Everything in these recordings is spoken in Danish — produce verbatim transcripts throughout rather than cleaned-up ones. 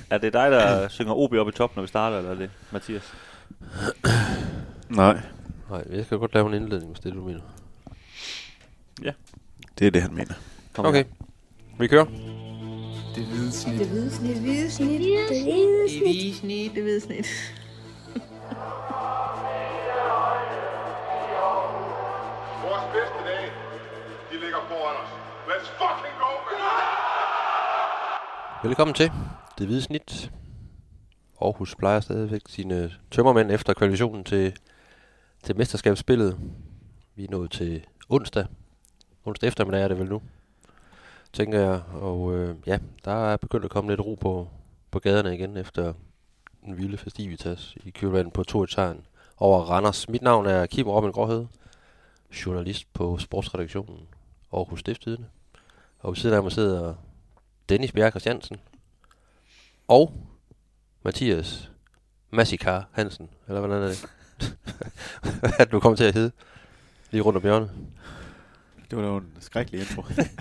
Er det dig, der synger O B op i top, når vi starter, eller er det Mathias? Nej. Nej, jeg skal godt lave en indledning, hvis det er, du mener. Ja. Det er det, han mener. Kom okay, vi kører. Det hvide snit. Det hvide snit. Det hvide snit. Det hvide snit. Det hvide snit. Vores bedste dage, de ligger foran os. Let's fucking go, man! Velkommen til Det Hvide Snit. Aarhus plejer stadigvæk sine tømmermænd efter kvalifikationen til, til mesterskabsspillet. Vi er nået til onsdag. Onsdag eftermiddag er det vel nu, tænker jeg. Og øh, ja, der er begyndt at komme lidt ro på, på gaderne igen efter en vilde festivitas i kølvandet på to et sejren over Randers. Mit navn er Kim Robin Gråhed, journalist på sportsredaktionen Aarhus Stiftstidende. Og ved siden af mig sidder Dennis Bjerg Christiansen og Mathias Massikar Hansen, eller hvordan er det? Hvad er det, du kommer til at hedde? Lige rundt om hjørnet. Det var jo en skrækkelig intro.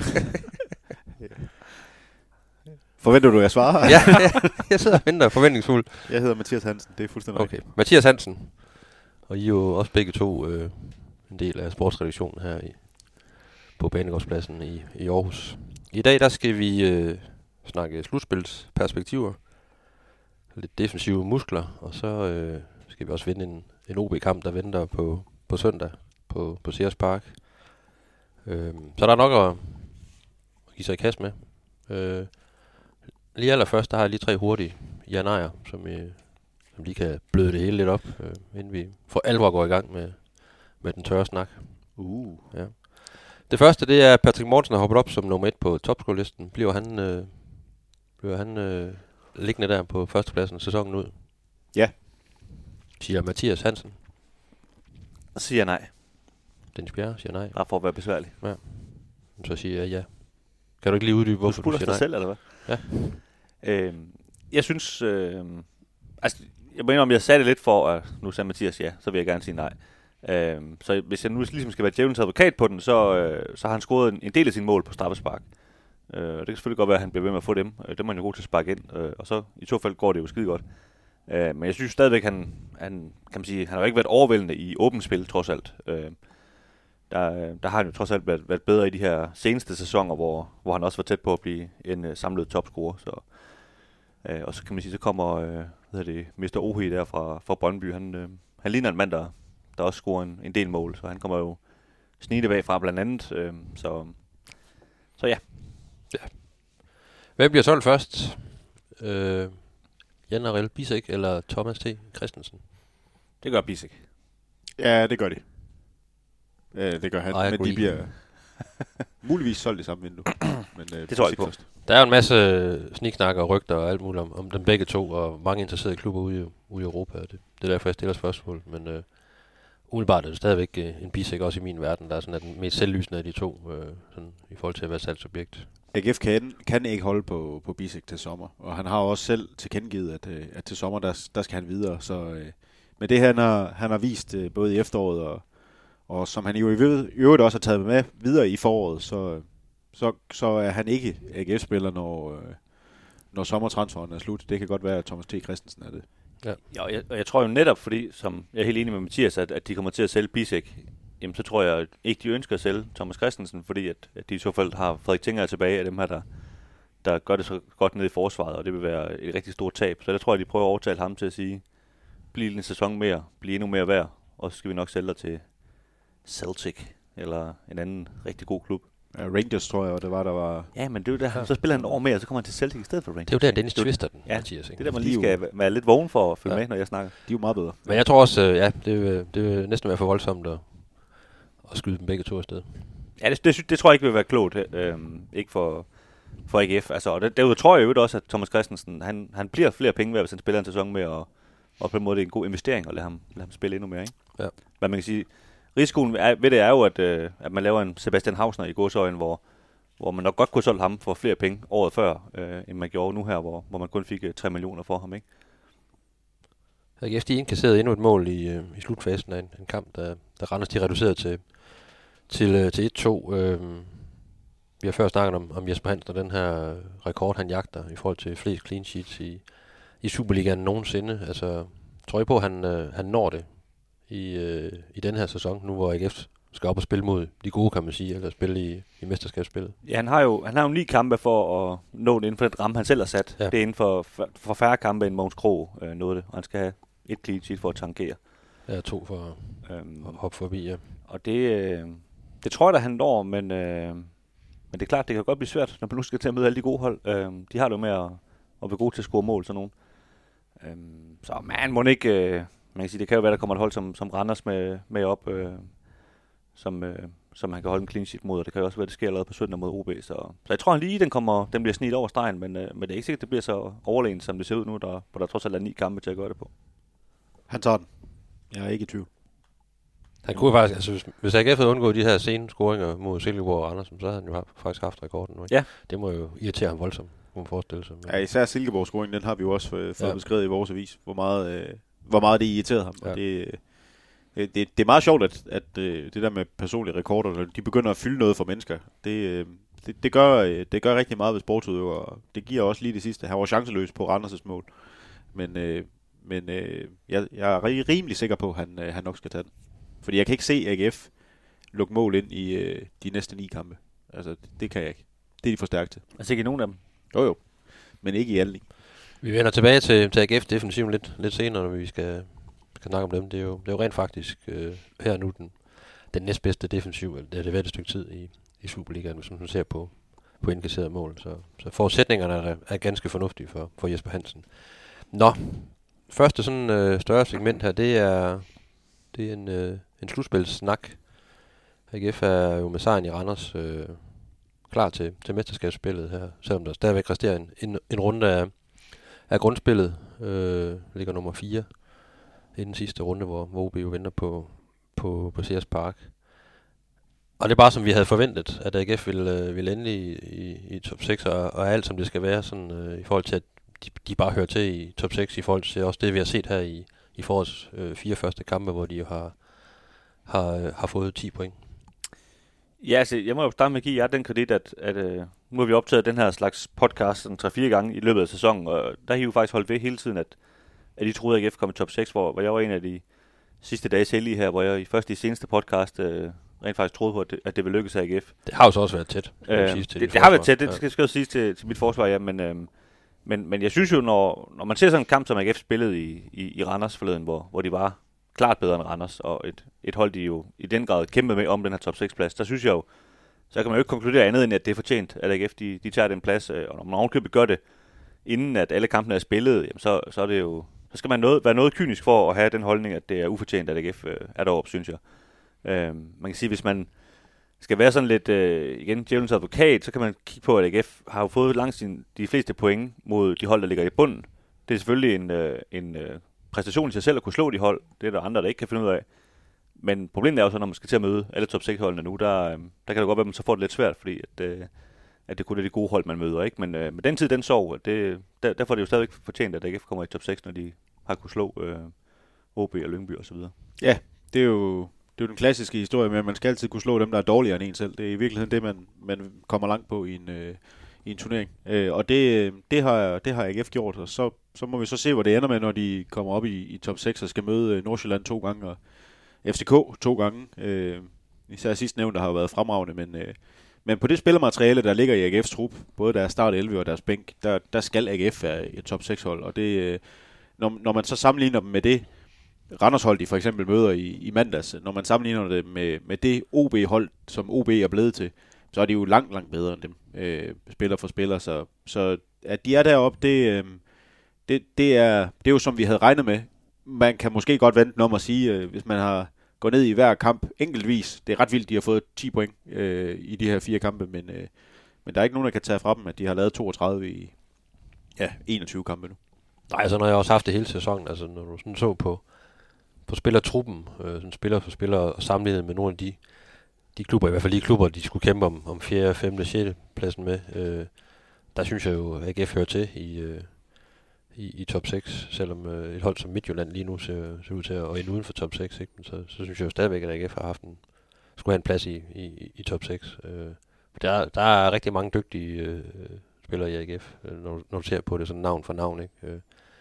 Forventer du, at jeg svarer? Ja, jeg sidder og venter forventningsfuld. Jeg hedder Mathias Hansen, det er fuldstændig Okay, Mathias Hansen. Og I er jo også begge to øh, en del af sportsredaktionen her i, på Banegårdspladsen i, i Aarhus. I dag der skal vi øh, snakke slutspilsperspektiver, lidt defensive muskler, og så øh, skal vi også vinde en, en O B-kamp, der venter på, på søndag på, på Sears Park. Øh, så der er nok at, at give sig i kast med. Øh, lige allerførst, der har jeg lige tre hurtige ja-nejer, som, øh, som lige kan bløde det hele lidt op, øh, inden vi for alvor går i gang med, med den tørre snak. Uh. Ja. Det første, det er Patrick Mortensen har hoppet op som nummer et på topscore-listen. Bliver han, øh, bliver han øh, liggende der på førstepladsen sæsonen ud? Ja. Siger Mathias Hansen. Så siger jeg nej. Dennis Bjerre siger nej. Bare for at være besværlig. Ja. Så siger jeg ja. Kan du ikke lige uddybe, hvorfor du, du siger dig nej? selv, eller hvad? Ja. Øhm, jeg synes... Øh, altså, jeg mener, om jeg sagde det lidt for, at nu sagde Mathias ja, så vil jeg gerne sige nej. Øhm, så hvis jeg nu ligesom skal være djævelens advokat på den, så, øh, så har han scoret en, en del af sine mål på straffespark. Øh, og det kan selvfølgelig godt være, at han bliver ved med at få dem. Øh, dem er han jo god til at sparke ind, øh, og så i så fald går det jo skide godt. Øh, men jeg synes stadigvæk, han, han kan man sige, han har jo ikke været overvældende i åbent spil, trods alt. Øh, der, der har han jo trods alt været, været bedre i de her seneste sæsoner, hvor, hvor han også var tæt på at blive en øh, samlet topscorer. Så, øh, og så kan man sige, så kommer øh, hvad hedder det, mister Ohi der fra, fra Brøndby. Han, øh, han ligner en mand, der der også scorer en, en del mål, så han kommer jo snigende bagfra blandt andet, øh, så, så ja. ja. Hvem bliver solgt først? Øh, Jan Ariel Bisek eller Thomas T. Christensen? Det gør Bisek. Ja, det gør de. Ja, det gør han, I men agree. de bliver muligvis solgt i samme vindue. Men, øh, det tror jeg ikke på. først. Der er jo en masse sniksnakker og rygter og alt muligt om, om dem begge to, og mange interesserede klubber ude i, ude i Europa. Det, det er derfor, jeg stiller spørgsmål, men... Øh, umiddelbart er det stadigvæk øh, en Bisek også i min verden, der er sådan den mest selvlysende af de to, øh, sådan, i forhold til at være salgsobjekt. A G F kan, kan ikke holde på, på Bisek til sommer, og han har også selv tilkendegivet, at, øh, at til sommer, der, der skal han videre. Så øh, med det, han har, han har vist øh, både i efteråret, og, og som han jo i øvrigt også har taget med videre i foråret, så, så, så er han ikke A G F-spiller, når, øh, når sommertransferen er slut. Det kan godt være, at Thomas T. Christensen er det. Ja, ja og, jeg, og jeg tror jo netop, fordi, som jeg er helt enig med Mathias, at, at de kommer til at sælge Bisek, jamen så tror jeg ikke, de ønsker at sælge Thomas Christensen, fordi at, at de i så fald har Frederik Tinger tilbage af dem her, der, der gør det så godt ned i forsvaret, og det vil være et rigtig stort tab. Så der tror jeg, de prøver at overtale ham til at sige, bliv en sæson mere, bliv endnu mere værd, og så skal vi nok sælge dig til Celtic, eller en anden rigtig god klub. Ja, Rangers, tror jeg, og det var, der var... Ja, men det er jo der, så spiller han et år mere, og så kommer han til Celtic i stedet for Rangers. Det er jo der, Dennis twister den, ja, Mathias. Ikke? Det er der, man lige skal være lidt vågen for at følge ja. med, når jeg snakker. De er jo meget bedre. Men jeg tror også, ja, det vil, det vil næsten være for voldsomt at, at skyde dem begge to afsted. Ja, det, det, det tror jeg ikke vil være klogt, øh, ikke for, for A G F. Altså, og det, derudover tror jeg jo også, at Thomas Christensen, han, han bliver flere penge værd, hvis han spiller en sæson med, og, og på en måde det er en god investering at lade ham, lade ham spille endnu mere, ikke? Ja. Men man kan sige, risikoen er, ved det er jo, at, øh, at man laver en Sebastian Hausner i gåseøjne, hvor hvor man nok godt kunne solgt ham for flere penge året før, øh, end man gjorde nu her, hvor, hvor man kun fik øh, tre millioner for ham, ikke? A G F de indkasserede endnu et mål i, øh, i slutfasen af en, en kamp, der, der Randers de reducerede til, til, øh, til et to. Øh, vi har før snakket om, om Jesper Hansen og den her rekord, han jagter i forhold til flest clean sheets i, i Superligaen nogensinde. Altså, tror I på, at han, øh, han når det i, øh, i den her sæson, nu hvor A G F skal op og spille mod de gode, kan man sige, eller spille i, i mesterskabsspillet? Ja, han har jo han har jo ni kampe for at nå det inden for den ramme, han selv har sat. Ja. Det er inden for, for færre kampe end Mogens Krog øh, nåede det, og han skal have et clean sheet for at tangere. Ja, to for øhm, at hoppe forbi, ja. Og det, øh, det tror jeg da, han når, men, øh, men det er klart, det kan godt blive svært, når man nu skal til at møde alle de gode hold. Øh, de har det jo med at, at være gode til at score mål, sådan nogen. Øh, så man må ikke... Øh, man kan sige, det kan jo være, der kommer et hold som, som Randers med, med op, øh, som, øh, som han kan holde en clean sheet mod, og det kan jo også være, det sker allerede på søndag mod O B. Så, så jeg tror, han lige den kommer, den bliver snidt over stregen, men, øh, men det er ikke sikkert, det bliver så overlegen, som det ser ud nu, der, hvor der trods alt er ni kampe til at gøre det på. Han tager den. Jeg er ikke i tvivl. Han kunne faktisk, altså hvis, hvis A G F havde undgået de her sene scoringer mod Silkeborg og Andersen, så havde han jo haft, faktisk haft rekorden nu. Ikke? Ja. Det må jo irritere ham voldsomt, kunne man forestille sig. Ja, især Silkeborg-scoringen, den har vi jo også fået ja. beskrevet i vores avis, hvor meget, øh, hvor meget det irriterede ham. Ja. Og det, øh, det, det er meget sjovt, at, at øh, det der med personlige rekorder, de begynder at fylde noget for mennesker. Det, øh, det, det, gør, øh, det gør rigtig meget ved sportsudøvere, og det giver også lige det sidste. Han var chanceløs på Randers' mål. Men, øh, men øh, jeg, jeg er rimelig sikker på, at han, øh, han nok skal tage den. Fordi jeg kan ikke se A G F lukke mål ind i øh, de næste ni kampe. Altså, det, det kan jeg ikke. Det er de for stærke til. Altså ikke i nogen af dem? Jo jo, men ikke i alle ni. Vi vender tilbage til, til A G F defensiven lidt, lidt senere, når vi skal, skal snakke om dem. Det er jo, det er jo rent faktisk øh, her nu den, den næstbedste defensiv, det er det været et stykke tid i, i Superligaen, hvis man ser på, på indkasserede mål. Så, så forudsætningerne er, er ganske fornuftige for, for Jesper Hansen. Nå, første sådan øh, større segment her, det er, det er en, øh, en slutspilssnak. A G F er jo med sejren i Randers øh, klar til, til mesterskabsspillet her, selvom der stadigvæk resterer en, en, en runde af, af grundspillet. Øh, ligger nummer fire i den sidste runde, hvor, hvor O B jo venter på, på, på Sears Park. Og det er bare som vi havde forventet, at A G F ville, ville ende i, i, i top seks, og, og alt som det skal være, sådan, øh, i forhold til, at de, de bare hører til i top seks, i forhold til også det, vi har set her i, i forårets øh, fire første kampe, hvor de jo har, har, har fået ti point. Ja, altså, jeg må jo starte med at give jer den kredit, at, at uh, nu har vi optaget den her slags podcast sådan tre-fire gange i løbet af sæsonen, og der har I jo faktisk holdt ved hele tiden, at, at I troede, at A G F kom i top seks, hvor, hvor jeg var en af de sidste dages heldige her, hvor jeg i først i seneste podcast uh, rent faktisk troede på, at det, at det ville lykkes af A G F. Det har jo så også været tæt. Uh, det det, det har været tæt, det skal, skal jeg sige til, til mit forsvar, ja, men, uh, men, men jeg synes jo, når, når man ser sådan en kamp, som A G F spillede i, i, i Randers forleden, hvor, hvor de var klart bedre end Randers, og et, et hold, de jo i den grad kæmpede med om den her top seks plads, der synes jeg jo, så kan man jo ikke konkludere andet end, at det er fortjent, at A G F de, de tager den plads, og når man ovenkøbet gør det, inden at alle kampene er spillet, jamen så, så er det jo, så skal man noget, være noget kynisk for at have den holdning, at det er ufortjent, at A G F øh, er deroppe, synes jeg. Øh, man kan sige, hvis man skal være sådan lidt, øh, igen, djævelens advokat, så kan man kigge på, at A G F har jo fået langt sin, de fleste point mod de hold, der ligger i bunden. Det er selvfølgelig en, øh, en øh, præstation i sig selv at kunne slå de hold, det er der andre, der ikke kan finde ud af. Men problemet er jo så, når man skal til at møde alle top seks-holdene nu, der, der kan det godt være, at man så får det lidt svært, fordi at, øh, at det kun er de gode hold, man møder. Ikke? Men øh, med den tid, den sov, det, der, derfor er det jo stadigvæk fortjent, at A G F kommer i top seks, når de har kunnet slå øh, O B og Lyngby osv. Ja, det er jo det er jo den klassiske historie med, at man skal altid kunne slå dem, der er dårligere end en selv. Det er i virkeligheden det, man, man kommer langt på i en, øh, i en turnering. Øh, og det, det, har, det har A G F gjort, og så, så må vi så se, hvor det ender med, når de kommer op i, i top seks og skal møde Nordsjælland to gange, og F C K to gange. Øh, især sidst nævnte har jo været fremragende, men, øh, men på det spillermateriale, der ligger i A G F's trup, både deres start elleve og deres bænk, der, der skal A G F være et top seks hold, og det, øh, når, når man så sammenligner dem med det Randers hold, de for eksempel møder i, i mandags, når man sammenligner det med, med det O B-hold, som O B er blevet til, så er de jo langt, langt bedre end dem, øh, spiller for spiller, så, så at de er deroppe, det, øh, det, det, er, det er jo som vi havde regnet med. Man kan måske godt vente om at sige, øh, hvis man har gået ned i hver kamp enkeltvis, det er ret vildt, de har fået ti point øh, i de her fire kampe, men, øh, men der er ikke nogen, der kan tage fra dem, at de har lavet toogtredive i ja, enogtyve kampe nu. Nej, altså når jeg også haft det hele sæsonen, altså når du sådan så på, på spillertruppen, øh, sådan spiller for spiller, og sammenlignet med nogle af de, de klubber, i hvert fald de klubber, de skulle kæmpe om, om fjerde, femte, sjette pladsen med, øh, der synes jeg jo, at A G F hører til i, øh, i, i top seks, selvom øh, et hold som Midtjylland lige nu ser, ser ud til at ende uden for top seks, ikke? Men så, så synes jeg jo stadigvæk, at A G F har haft en, skulle have en plads i, i, i top seks. Øh, Der, der er rigtig mange dygtige øh, spillere i A G F, øh, når, når du ser på det sådan navn for navn, ikke? Øh,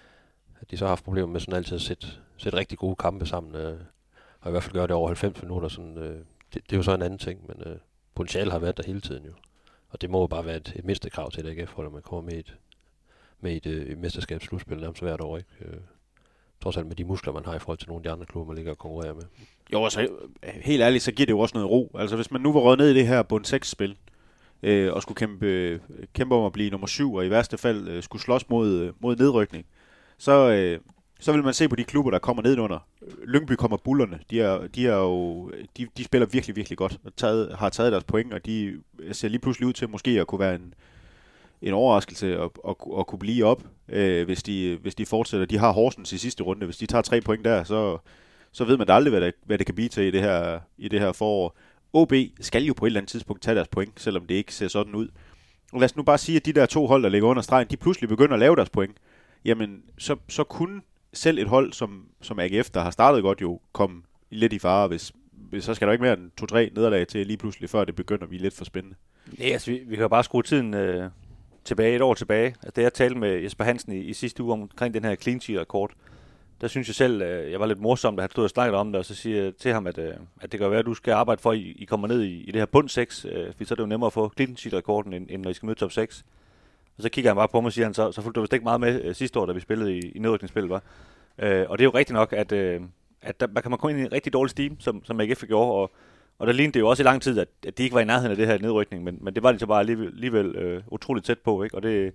at de så har haft problemer med sådan altid at sætte, sætte rigtig gode kampe sammen, øh, og i hvert fald gøre det over halvfems minutter. Sådan, øh, det, det er jo så en anden ting, men øh, potentiale har været der hele tiden jo. Og det må jo bare være et, et mindstekrav til et A G F-hold, at man kommer med et, med et, øh, et mesterskabsslutspil nærmest hvert år, ikke? Øh, trods alt med de muskler, man har i forhold til nogle af de andre klubber, man ligger og konkurrerer med. Jo, altså helt ærligt, så giver det jo også noget ro. Altså hvis man nu var røget ned i det her bund seks-spil, øh, og skulle kæmpe, kæmpe om at blive nummer syv, og i værste fald øh, skulle slås mod, mod nedrykning, så, øh, så vil man se på de klubber, der kommer nedenunder. Lyngby kommer bullerne. De, er, de, er jo, de, de spiller virkelig, virkelig godt, og taget, har taget deres point, og de ser lige pludselig ud til måske at kunne være en, en overraskelse at, at, at kunne blive op, øh, hvis, de, hvis de fortsætter. De har Horsens i sidste runde. Hvis de tager tre point der, så, så ved man da aldrig, hvad det, hvad det kan blive til i det her, i det her forår. O B skal jo på et eller andet tidspunkt tage deres point, selvom det ikke ser sådan ud. Og lad os nu bare sige, at de der to hold, der ligger under stregen, de pludselig begynder at lave deres point. Jamen, så, så kunne selv et hold som, som A G F, der har startet godt, jo komme lidt i fare, hvis, hvis så skal der ikke mere end to-tre nederlag til lige pludselig, før det begynder at blive lidt for spændende. Ja, altså, vi, vi kan jo bare skrue tiden øh, tilbage, et år tilbage. Altså, da jeg talte med Jesper Hansen i, i sidste uge omkring den her clean sheet-rekord, der synes jeg selv, øh, jeg var lidt morsom, da han stod og snakkede om det, og så siger jeg til ham, at, øh, at det kan være, at du skal arbejde for, at I, I kommer ned i, i det her bund seks, øh, for så er det jo nemmere at få clean sheet-rekorden, end, end når I skal møde top seks. Og så kigger han bare på mig og siger, han, så, så fulgte du vist ikke meget med øh, sidste år, da vi spillede i, i nedrykningsspillet, var. Øh, og det er jo rigtigt nok, at, øh, at der, man kan man komme ind i en rigtig dårlig steam, som, som A G F gjorde, og, og der lignede det jo også i lang tid, at, at de ikke var i nærheden af det her nedrykning, men, men det var de så bare alligevel, alligevel øh, utroligt tæt på, ikke? Og det,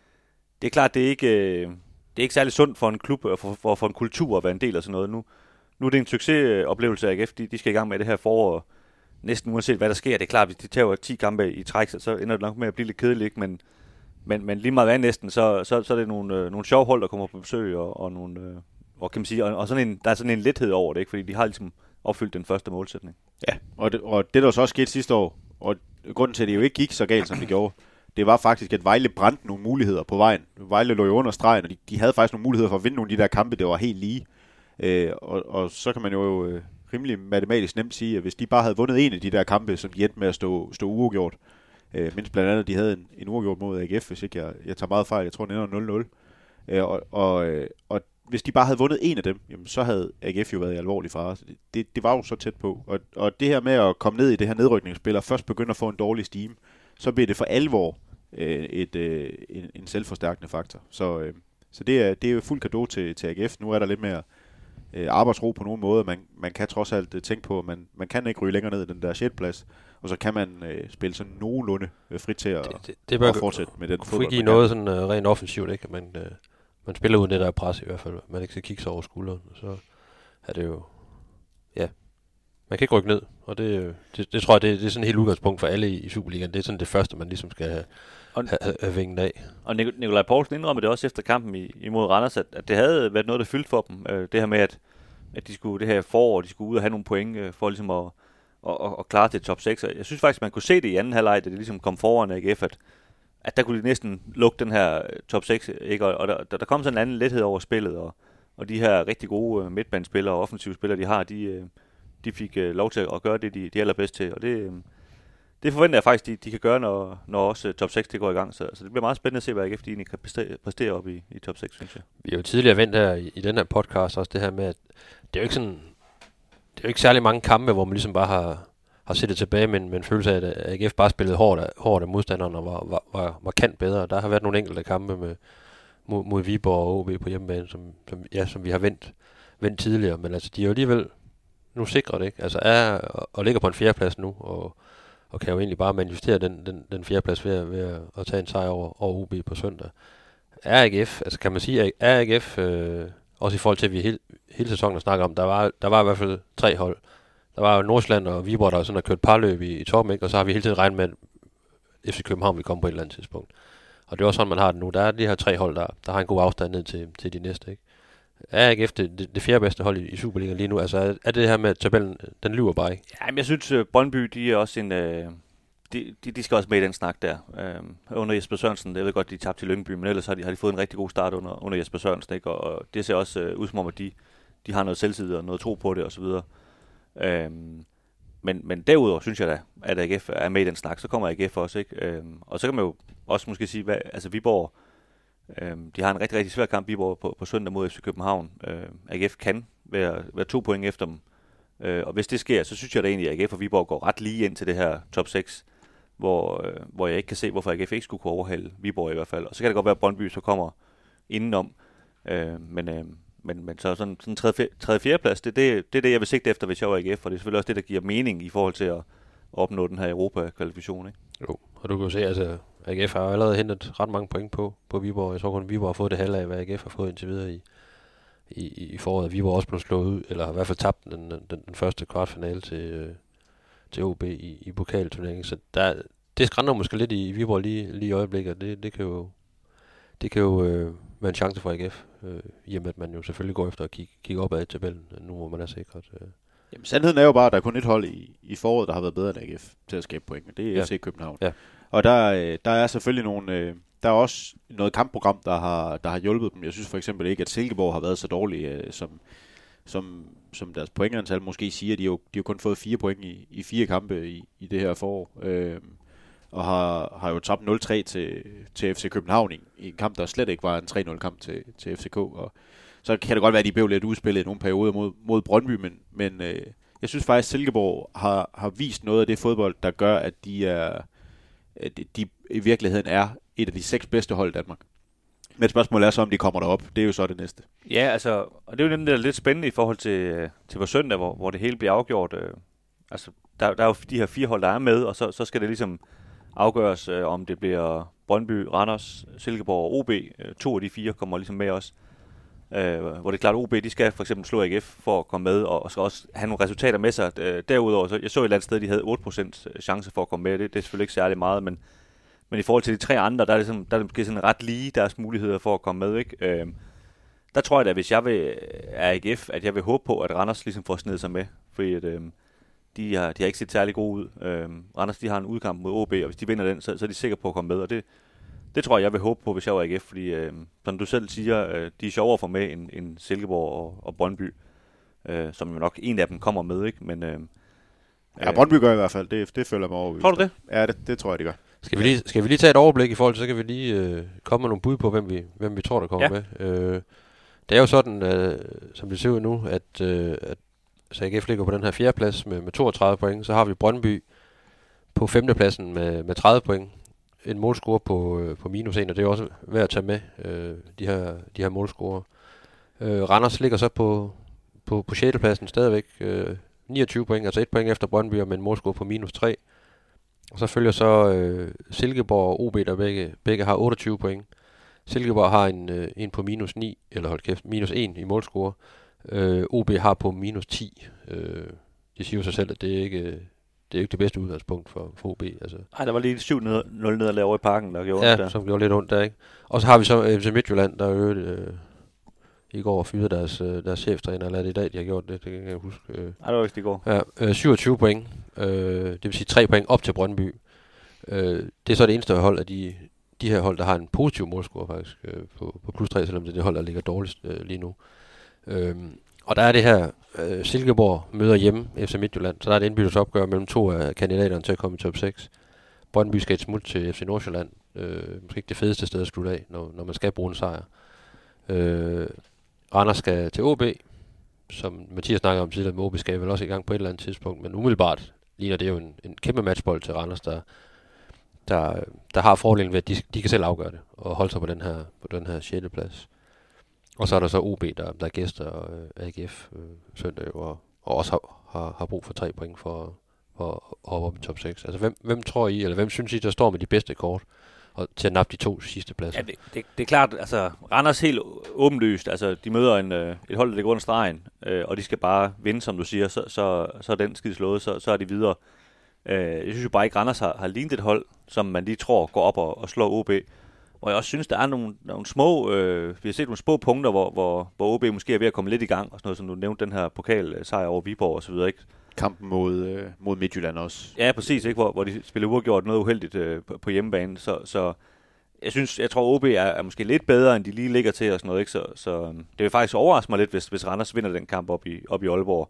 det er klart, det er ikke, øh, det er ikke særlig sundt for en klub og for, for, for en kultur at være en del af sådan noget. Nu, nu er det en succesoplevelse af A G F, de, de skal i gang med det her forår, næsten uanset hvad der sker. Det er klart, hvis de tager ti kampe i træk, så ender det nok med at blive lidt kedeligt, men Men, men lige meget hvad næsten, så, så, så er det nogle, øh, nogle sjove hold, der kommer på besøg, og, og, nogle, øh, og, kan man sige, og, og sådan en, der er sådan en lethed over det, ikke? Fordi de har ligesom opfyldt den første målsætning. Ja, og det, og det der så også skete sidste år, og grunden til, at det jo ikke gik så galt, som det gjorde, det var faktisk, at Vejle brændte nogle muligheder på vejen. Vejle lå jo under stregen, og de, de havde faktisk nogle muligheder for at vinde nogle af de der kampe, det var helt lige. Øh, og, og så kan man jo øh, rimelig matematisk nemt sige, at hvis de bare havde vundet en af de der kampe, som de endte med at stå, stå uafgjort, Øh, mindst blandt andet, de havde en, en uafgjort mod A G F, hvis ikke jeg, jeg tager meget fejl. Jeg tror, den ender nul nul. Øh, og, og, øh, og hvis de bare havde vundet en af dem, jamen, så havde A G F jo været i alvorlig fare. Det, det, det var jo så tæt på. Og, og det her med at komme ned i det her nedrykningsspil, og først begynde at få en dårlig steam, så bliver det for alvor øh, et, øh, en, en selvforstærkende faktor. Så, øh, så det, er, det er jo fuld cadeau til, til A G F. Nu er der lidt mere øh, arbejdsro på nogen måde. Man, man kan trods alt øh, tænke på, at man, man kan ikke ryge længere ned i den der sjette plads. Og så kan man øh, spille sådan nogenlunde øh, frit til at, det, det, det at fortsætte med den fodbold. Frigive noget sådan uh, rent offensivt, ikke? Man, uh, man spiller uden det der pres i hvert fald. Man ikke skal kigge sig over skulderen. Så er det jo... Ja. Man kan ikke rykke ned. Og det, det, det tror jeg, det, det er sådan et helt udgangspunkt for alle i, i Superligaen. Det er sådan det første, man ligesom skal have, have, have vinget af. Og Nikolaj Poulsen indrømmer det også efter kampen i, imod Randers, at, at det havde været noget, der fyldte for dem. Øh, det her med, at, at de skulle det her forår, de skulle ud og have nogle point øh, for ligesom at... Og, og, og klare til top seks. Jeg synes faktisk, man kunne se det i anden halvleg, da det ligesom kom foran A G F, at, at der kunne de næsten lukke den her top seks, ikke? Og, og der, der kom sådan en anden lethed over spillet, og, og de her rigtig gode uh, midtbanespillere og offensive spillere, de har, de, uh, de fik uh, lov til at gøre det, de, de er allerbedst til, og det, uh, det forventer jeg faktisk, de, de kan gøre, når, når også uh, top seks det går i gang, så, så det bliver meget spændende at se, hvad A G F de egentlig kan præstere, præstere op i, i top seks, synes jeg. Vi har jo tidligere vendt her i, i den her podcast også det her med, at det er jo ikke sådan, det er jo ikke særlig mange kampe, hvor man ligesom bare har har siddet tilbage med en, med en følelse af, at A G F bare spillede hårdt af, hårdt af modstanderen og var, var, var markant bedre. Der har været nogle enkelte kampe med, mod, mod Viborg og O B på hjemmebane, som, som, ja, som vi har vendt, vendt tidligere. Men altså, de er jo alligevel nu sikret det, ikke? Altså er og, og ligger på en fjerdeplads nu, og, og kan jo egentlig bare manifestere den, den, den fjerdeplads ved, ved at, at tage en sejr over, over O B på søndag. Er A G F, altså kan man sige, at er A G F, øh, også i forhold til, at vi hele, hele sæsonen har snakket om, der var, der var i hvert fald tre hold. Der var jo Nordsjælland og Viborg, der sådan har kørt parløb i, i toppen, ikke? Og så har vi hele tiden regnet med, at F C København vil komme på et eller andet tidspunkt. Og det er også sådan, man har det nu. Der er de her tre hold, der, der har en god afstand ned til, til de næste, ikke? Er A G F det, det, det fjerde bedste hold i, i Superligaen lige nu? Altså er, er det her med tabellen, den lyver bare ikke? Ja, men jeg synes, uh, Brøndby, de er også en... Uh, de, de, de skal også med i den snak der. Uh, under Jesper Sørensen, jeg ved godt, de tabte til Lyngby, men ellers har de, har de fået en rigtig god start under, under Jesper Sørensen, ikke? Og, og det ser også uh, ud som om, at de, de har noget selvtid og noget tro på det, og så videre. Uh, men, men derudover synes jeg da, at A G F er med i den snak, så kommer A G F også, ikke? Øhm, og så kan man jo også måske sige, hvad, altså Viborg, øhm, de har en rigtig, rigtig svær kamp, Viborg, på, på søndag mod F C København. Øhm, A G F kan være, være to point efter dem, øh, og hvis det sker, så synes jeg da egentlig, at A G F og Viborg går ret lige ind til det her top seks, hvor, øh, hvor jeg ikke kan se, hvorfor A G F ikke skulle kunne overhale Viborg i hvert fald. Og så kan det godt være, at Brøndby så kommer indenom, øh, men... Øh, Men, men så sådan en tredje fjerde plads, det, det, det er det, jeg vil sigte efter, hvis jeg var A G F, og det er selvfølgelig også det, der giver mening i forhold til at opnå den her Europa-kvalifikation, ikke? Jo, og du kan jo se, altså A G F har jo allerede hentet ret mange point på, på Viborg. Jeg tror kun, Viborg har fået det halve af, hvad A G F har fået indtil videre i, i, i foråret. Viborg også blevet slået ud, eller har i hvert fald tabt den, den, den første kvartfinale til, til O B i, i pokalturneringen. Så der, det skrænder måske lidt i Viborg lige, lige i øjeblikket, det, det kan jo, det kan jo øh, være en chance for A G F, øh, i og med at man jo selvfølgelig går efter at kigge, kigge opad i tabellen, nu hvor man er sikret. Øh. Jamen, sandheden er jo bare, at der er kun et hold i, i foråret, der har været bedre end A G F til at skabe point, og det er ja. F C København. Ja. Og der, der er selvfølgelig nogle, der er også noget kampprogram, der har, der har hjulpet dem. Jeg synes for eksempel ikke, at Silkeborg har været så dårlige, som, som, som deres pointantal måske siger. De har jo de har kun fået fire point i, i fire kampe i, i det her forår. Øh, og har, har jo tabt nul tre til, til F C København i, i en kamp, der slet ikke var en tre nul kamp til, til F C K. Og så kan det godt være, at de blev lidt udspillet i nogle perioder mod, mod Brøndby, men, men øh, jeg synes faktisk, at Silkeborg har, har vist noget af det fodbold, der gør, at de, er, at de i virkeligheden er et af de seks bedste hold i Danmark. Men spørgsmålet er så, om de kommer derop. Det er jo så det næste. Ja, altså, og det er jo nemlig lidt spændende i forhold til, til på søndag, hvor, hvor det hele bliver afgjort. Øh, altså, der, der er jo de her fire hold, der er med, og så, så skal det ligesom afgøres, øh, om det bliver Brøndby, Randers, Silkeborg og O B. Øh, to af de fire kommer ligesom med os. Øh, hvor det er klart, at O B de skal for eksempel slå A G F for at komme med, og skal også have nogle resultater med sig. Øh, derudover, så jeg så et eller andet sted, at de havde otte procent chance for at komme med. Det, det er selvfølgelig ikke særlig meget, men, men i forhold til de tre andre, der er det, sådan, der er det måske sådan ret lige deres muligheder for at komme med, ikke? Øh, der tror jeg da, hvis jeg vil, er A G F, at jeg vil håbe på, at Randers ligesom får snedet sig med, fordi at, øh, de, har, de har ikke set særlig gode ud. Øh, Randers de har en udkamp mod O B, og hvis de vinder den, så, så er de sikre på at komme med, og det Det tror jeg, jeg vil håbe på, hvis jeg var A G F, fordi øh, som du selv siger, øh, de er sjovere for med end, end Silkeborg og, og Brøndby, øh, som jo nok en af dem kommer med, ikke? Men, øh, ja, Brøndby gør i hvert fald, det, det føler mig overbevist. Tror du det? Ja, det, det tror jeg, det gør. Skal vi, lige, skal vi lige tage et overblik i forhold til, så kan vi lige øh, komme med nogle bud på, hvem vi, hvem vi tror, der kommer ja. med. Øh, det er jo sådan, øh, som det ser ud nu, at, øh, at så A G F ligger på den her fjerde plads med, med toogtredive point, så har vi Brøndby på femtepladsen med, med tredive point. En målscore på, øh, på minus en, og det er også værd at tage med, øh, de her, de her målscorer. Øh, Randers ligger så på, på, på sjette pladsen stadigvæk, øh, niogtyve point, altså et point efter Brøndby, med en målscore på minus tre. Og så følger så øh, Silkeborg og O B, der begge, begge har otteogtyve point. Silkeborg har en, øh, en på minus ni, eller hold kæft, minus en i målscore. Øh, O B har på minus ti. Øh, de siger jo sig selv, at det er ikke... Det er jo ikke det bedste udgangspunkt for, for O B. Altså. Ej, der var lige syv nul nederlag over i parken, der gjorde ja, ondt der. som gjorde lidt ondt der, ikke? Og så har vi så F C Midtjylland, der jo øh, i går fyrede deres, øh, deres cheftræner, eller er det i dag, de har gjort det, det kan jeg huske. Øh. Ej, det var ikke i går. Ja, øh, syvogtyve point, øh, det vil sige tre point op til Brøndby. Øh, det er så det eneste hold af de, de her hold, der har en positiv målscore faktisk, øh, på, på plus tre, selvom det er det hold, der ligger dårligst øh, lige nu. Øh, Og der er det her, øh, Silkeborg møder hjemme F C Midtjylland, så der er et indbyrdes opgør mellem to af kandidaterne til at komme i top seks. Brøndby skal et smut til F C Nordsjælland, øh, måske ikke det fedeste sted at slutte af, når, når man skal bruge en sejr. Øh, Randers skal til O B, som Mathias snakker om tidligere, med O B skal vel også i gang på et eller andet tidspunkt, men umiddelbart ligner det jo en, en kæmpe matchbold til Randers, der, der, der har fordelen ved, at de, de kan selv afgøre det, og holde sig på den her, på den her sjette plads. Og så er der så O B, der, der gæster øh, A G F øh, søndag, og, og også har, har, har brug for tre point for, for at hoppe op i top seks. Altså, hvem, hvem tror I, eller hvem synes I, der står med de bedste kort og, til at nappe de to sidste pladser? Ja, det, det, det er klart, altså, Randers helt åbenlyst. Altså, de møder en, øh, et hold, der ligger under stregen, øh, og de skal bare vinde, som du siger, så, så, så er den skide slået, så, så er de videre. Øh, jeg synes jo bare ikke, Randers har, har lignet et hold, som man lige tror går op og, og slår O B. Og jeg også synes, der er nogle, nogle små, øh, vi har set nogle små punkter, hvor, hvor, hvor O B måske er ved at komme lidt i gang, og sådan noget, som du nævnte, den her pokalsejr over Viborg og så videre, ikke? Kampen mod, øh, mod Midtjylland også. Ja, præcis, ikke? Hvor, hvor de spiller uafgjort noget uheldigt øh, på, på hjemmebane, så, så jeg synes, jeg tror, O B er, er måske lidt bedre, end de lige ligger til og sådan noget, ikke? Så, så det vil faktisk overraske mig lidt, hvis, hvis Randers vinder den kamp op i, op i Aalborg.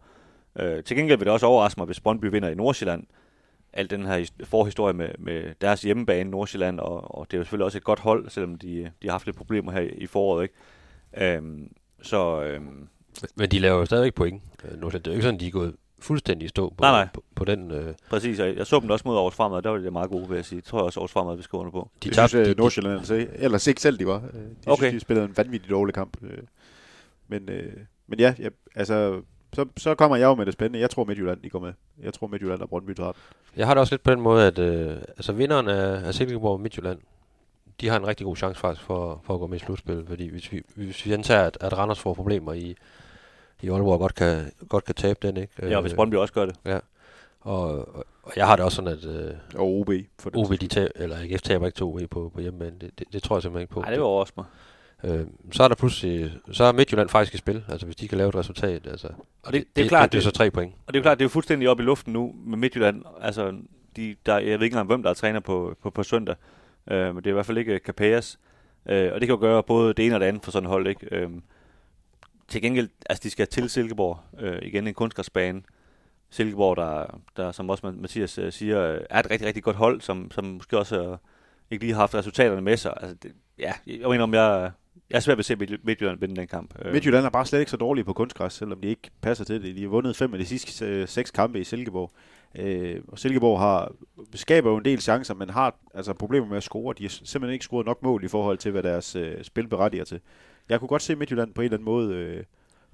Øh, til gengæld vil det også overraske mig, hvis Brøndby vinder i Nordsjælland. Al den her forhistorie med, med deres hjemmebane i Nordsjælland, og, og det er jo selvfølgelig også et godt hold, selvom de, de har haft lidt problemer her i, i foråret, ikke? Øhm, så... Øhm, Men de laver jo stadigvæk point. Nordsjælland, det er jo ikke sådan, de er gået fuldstændig i stå på, nej, nej. på, på den... Øh... Præcis, og jeg så dem også mod Aarhus Fremad, der var det meget gode, vil jeg sige. Jeg tror også, Aarhus Fremad, vi skal under på. De tabte synes, de, Nordsjælland, de, ellers ikke selv, de var. De okay. synes, de spillede en vanvittig dårlig kamp. Men, øh, men ja, jeg, altså... Så, så kommer jeg jo med det spændende. Jeg tror Midtjylland, de går med. Jeg tror Midtjylland og Brøndby tager den. Jeg har det også lidt på den måde, at øh, altså vinderen af, af Silkeborg og Midtjylland, de har en rigtig god chance faktisk for, for at gå med i slutspil. Fordi hvis vi, hvis vi antager, at, at Randers får problemer i, i Aalborg, godt kan, godt kan tabe den, ikke? Ja, hvis Brøndby også gør det. Ja. Og, og, og jeg har det også sådan, at øh, og O B, for O B de taber, eller A G F taber ikke to O B på, på hjemmebane. Det, det, det tror jeg simpelthen ikke på. Nej, det var også mig. Øh, så er der pludselig, så er Midtjylland faktisk i spil, altså hvis de kan lave et resultat, altså. Og det, det, det er klart, det, det er så tre point. Og det er jo klart, det er jo fuldstændig op i luften nu med Midtjylland. Altså, de, der, jeg ved ikke engang, hvem der er træner på, på, på søndag, øh, men det er i hvert fald ikke Capellas. Øh, og det kan jo gøre både det ene og det andet for sådan et hold, ikke? Øh, til gengæld, altså de skal til Silkeborg, øh, igen en kunstgræsbane. Silkeborg, der, der som også Mathias øh, siger, er et rigtig, rigtig godt hold, som, som måske også øh, ikke lige har haft resultaterne med sig. Altså, det, ja, jeg mener, om jeg... Jeg er svært ved at se Midtjylland vinde den kamp. Midtjylland er bare slet ikke så dårlige på kunstgræs, selvom de ikke passer til det. De har vundet fem af de sidste øh, seks kampe i Silkeborg. Øh, og Silkeborg har skaber jo en del chancer, men har altså problemer med at score. De har simpelthen ikke scoret nok mål i forhold til, hvad deres øh, spil berettiger til. Jeg kunne godt se Midtjylland på en eller anden måde øh,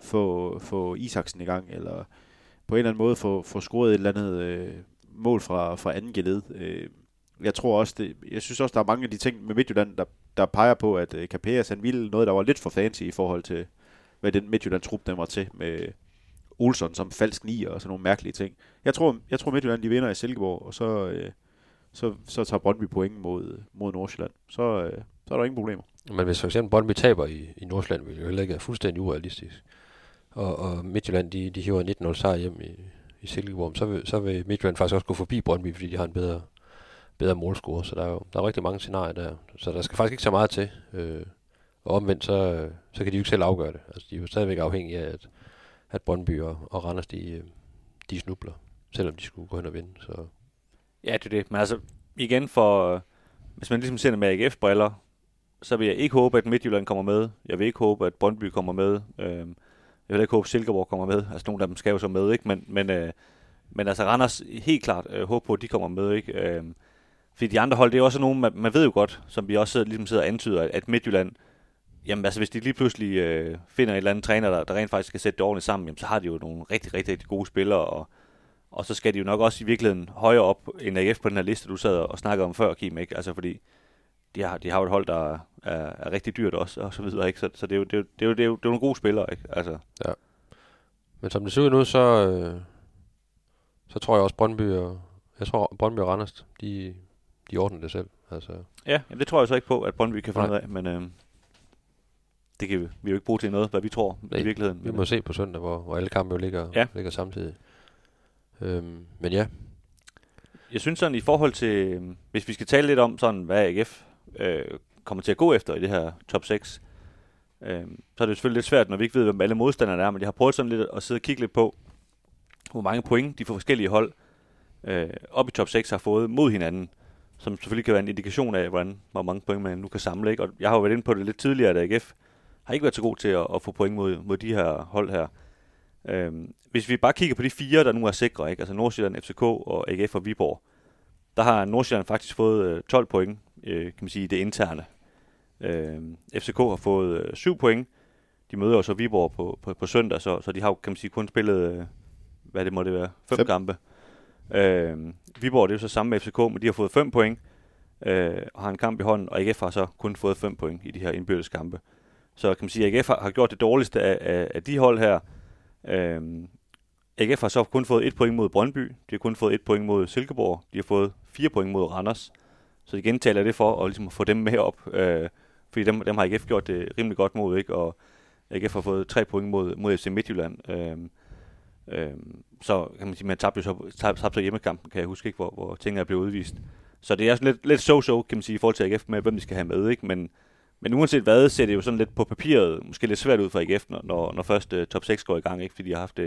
få, få Isaksen i gang, eller på en eller anden måde få, få scoret et eller andet øh, mål fra, fra anden geled. Øh, Jeg tror også, det, jeg synes også, der er mange af de ting med Midtjylland, der, der peger på, at uh, Capellas, han ville noget, der var lidt for fancy i forhold til, hvad den Midtjylland-trup, den var til, med Olsson som falsk nier og sådan nogle mærkelige ting. Jeg tror, jeg tror Midtjylland, de vinder i Silkeborg, og så, uh, så, så tager Brøndby point mod, mod Nordsjælland. Så, uh, så er der ingen problemer. Men hvis for eksempel Brøndby taber i, i Nordsjælland, vil det jo heller ikke være fuldstændig urealistisk. Og, og Midtjylland, de, de hiver nitten nul sejr hjem i, i Silkeborg, så vil, så vil Midtjylland faktisk også gå forbi Brøndby, fordi de har en bedre bedre målscore, så der er jo der er rigtig mange scenarier der. Så der skal faktisk ikke så meget til. Øh, og omvendt, så, så kan de jo ikke selv afgøre det. Altså, de er jo stadigvæk afhængige af, at, at Brøndby og, og Randers, de, de snubler, selvom de skulle gå hen og vinde. Så. Ja, det er det. Men altså, igen for, hvis man ligesom ser det med A G F-briller, så vil jeg ikke håbe, at Midtjylland kommer med. Jeg vil ikke håbe, at Brøndby kommer med. Øh, jeg vil ikke håbe, at Silkeborg kommer med. Altså, nogle af dem skal jo så med, ikke? Men, men, øh, men altså, Randers helt klart øh, håber på, at de kommer med, ikke? Øh, Fordi de andre hold, det er også nogen, man, man ved jo godt, som vi også sidder, ligesom sidder og antyder, at Midtjylland, jamen altså hvis de lige pludselig øh, finder en eller anden træner, der, der rent faktisk skal sætte det ordentligt sammen, jamen, så har de jo nogle rigtig, rigtig, rigtig gode spillere, og, og så skal de jo nok også i virkeligheden højere op end A G F på den her liste, du sad og snakkede om før, Kim, ikke? Altså fordi de har, de har jo et hold, der er, er, er rigtig dyrt også, og så videre, ikke? Så, så det, er jo, det, er jo, det, er jo, det, er jo, det er jo nogle gode spillere, ikke? Altså. Ja. Men som det ser ud nu, så, øh, så tror jeg også Brøndby og, jeg tror Brøndby og Randers, de... De ordner det selv. Altså. Ja, jamen det tror jeg så ikke på, at Brøndby kan finde ud af, men øh, det kan vi, vi jo ikke bruge til noget, hvad vi tror Nej, i virkeligheden. Vi må se på søndag, hvor, hvor alle kampe jo ligger, ja. ligger samtidig. Øhm, men ja. Jeg synes sådan i forhold til, hvis vi skal tale lidt om sådan, hvad A G F øh, kommer til at gå efter i det her top seks, øh, så er det selvfølgelig lidt svært, når vi ikke ved, hvem alle modstanderne er, men jeg har prøvet sådan lidt at sidde og kigge lidt på, hvor mange point de for forskellige hold øh, op i top seks har fået mod hinanden, som selvfølgelig kan være en indikation af, hvordan, hvor mange point man nu kan samle. Ikke? Og jeg har jo været inde på det lidt tidligere, at A G F har ikke været så god til at, at få point mod, mod de her hold her. Øhm, hvis vi bare kigger på de fire, der nu er sikre, ikke? Altså Nordsjælland, F C K og A G F og Viborg, der har Nordsjælland faktisk fået øh, tolv point, øh, kan man sige, i det interne. Øhm, F C K har fået øh, syv point. De møder jo så Viborg på, på, på søndag, så, så de har jo, kan man sige, kun spillet, øh, hvad det må det være, fem, fem. kampe. Øh, Viborg, det er jo så samme med F C K, men de har fået fem point øh, og har en kamp i hånden, og A G F har så kun fået fem point i de her indbyrdes kampe. Så kan man sige, at A G F har, har gjort det dårligste af, af, af de hold her. Øh, A G F har så kun fået et point mod Brøndby, de har kun fået et point mod Silkeborg, de har fået fire point mod Randers. Så de gentaler det for at, ligesom, at få dem med op, øh, fordi dem, dem har A G F gjort det rimelig godt mod, ikke? Og A G F har fået tre point mod, mod F C Midtjylland. Øh, Øhm, så kan man sige, man tabte jo så, tab, tabte så hjemmekampen, kan jeg huske ikke, hvor, hvor tingene er blevet udvist. Så det er sådan lidt, lidt so-so, kan man sige, i forhold til A G F med, hvem de skal have med, ikke? Men, men uanset hvad, ser det jo sådan lidt på papiret, måske lidt svært ud for A G F, når, når, når først uh, top seks går i gang, ikke? Fordi de har haft det,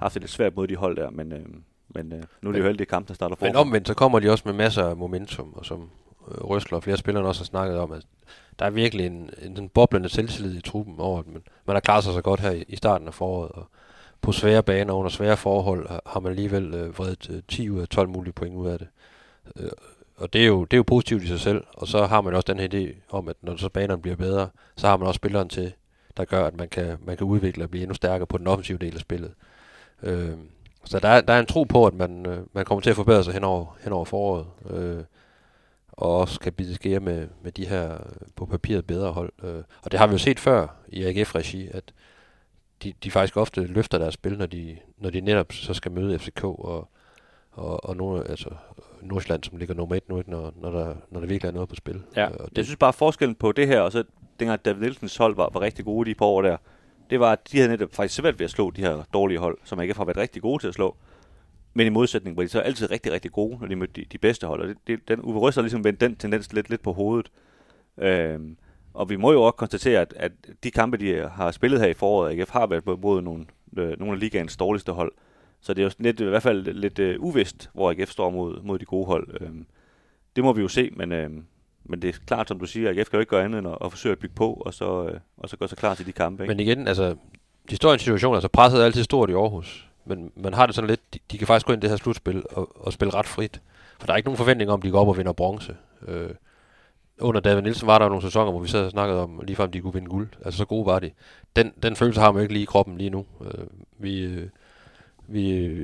haft det lidt svært mod de hold der, men, øh, men øh, nu er det jo heldigt kamp, der starter for. Men omvendt, så kommer de også med masser af momentum, og som øh, Røsler og flere spillere også har snakket om, at der er virkelig en, en, en boblende selvtillid i truppen over, at man, man har klaret sig så godt her i, i starten af foråret, og på svære baner under svære forhold har, har man alligevel øh, vredet øh, ti ud af tolv mulige point ud af det. Øh, og det er, jo, det er jo positivt i sig selv, og så har man også den her idé om, at når så banerne bliver bedre, så har man også spilleren til, der gør, at man kan, man kan udvikle og blive endnu stærkere på den offensive del af spillet. Øh, så der er, der er en tro på, at man, øh, man kommer til at forbedre sig hen over, hen over foråret, øh, og også kan bide skære med, med de her på papiret bedre hold. Øh, og det har vi jo set før i A G F-regi, at de, de faktisk ofte løfter deres spil, når de, når de netop så skal møde F C K og, og, og nogle, altså Nordsjælland, som ligger nummer et nu, når, når, der, når der virkelig er noget på spil. Ja, og det, jeg synes bare forskellen på det her, og så dengang David Nielsens hold var, var rigtig gode de par år der, det var, at de havde netop faktisk svært ved at slå de her dårlige hold, som A G F har været rigtig gode til at slå. Men i modsætning var de så altid rigtig, rigtig gode, når de mødte de, de bedste hold. Og det, det, den Uwe Røsler ligesom vendt den tendens lidt, lidt på hovedet. Øhm, og vi må jo også konstatere, at, at de kampe, de har spillet her i foråret, A G F har været mod nogle, øh, nogle af ligaens dårligste hold. Så det er jo lidt, i hvert fald lidt øh, uvist, hvor A G F står mod, mod de gode hold. Øhm, det må vi jo se, men, øh, men det er klart, som du siger, at A G F kan jo ikke gøre andet end at, at forsøge at bygge på, og så, øh, og så gøre sig klar til de kampe. Ikke? Men igen, altså, de står i en situation, altså presset er altid stort i Aarhus. Men man har det sådan lidt, de, de kan faktisk gå ind i det her slutspil og, og spille ret frit. For der er ikke nogen forventning om, at de går op og vinder bronze. Øh, under David Nielsen var der nogle sæsoner, hvor vi så snakkede om, lige om de kunne vinde guld. Altså så gode var de. Den, den følelse har man jo ikke lige i kroppen lige nu. Øh, vi, øh, vi, øh,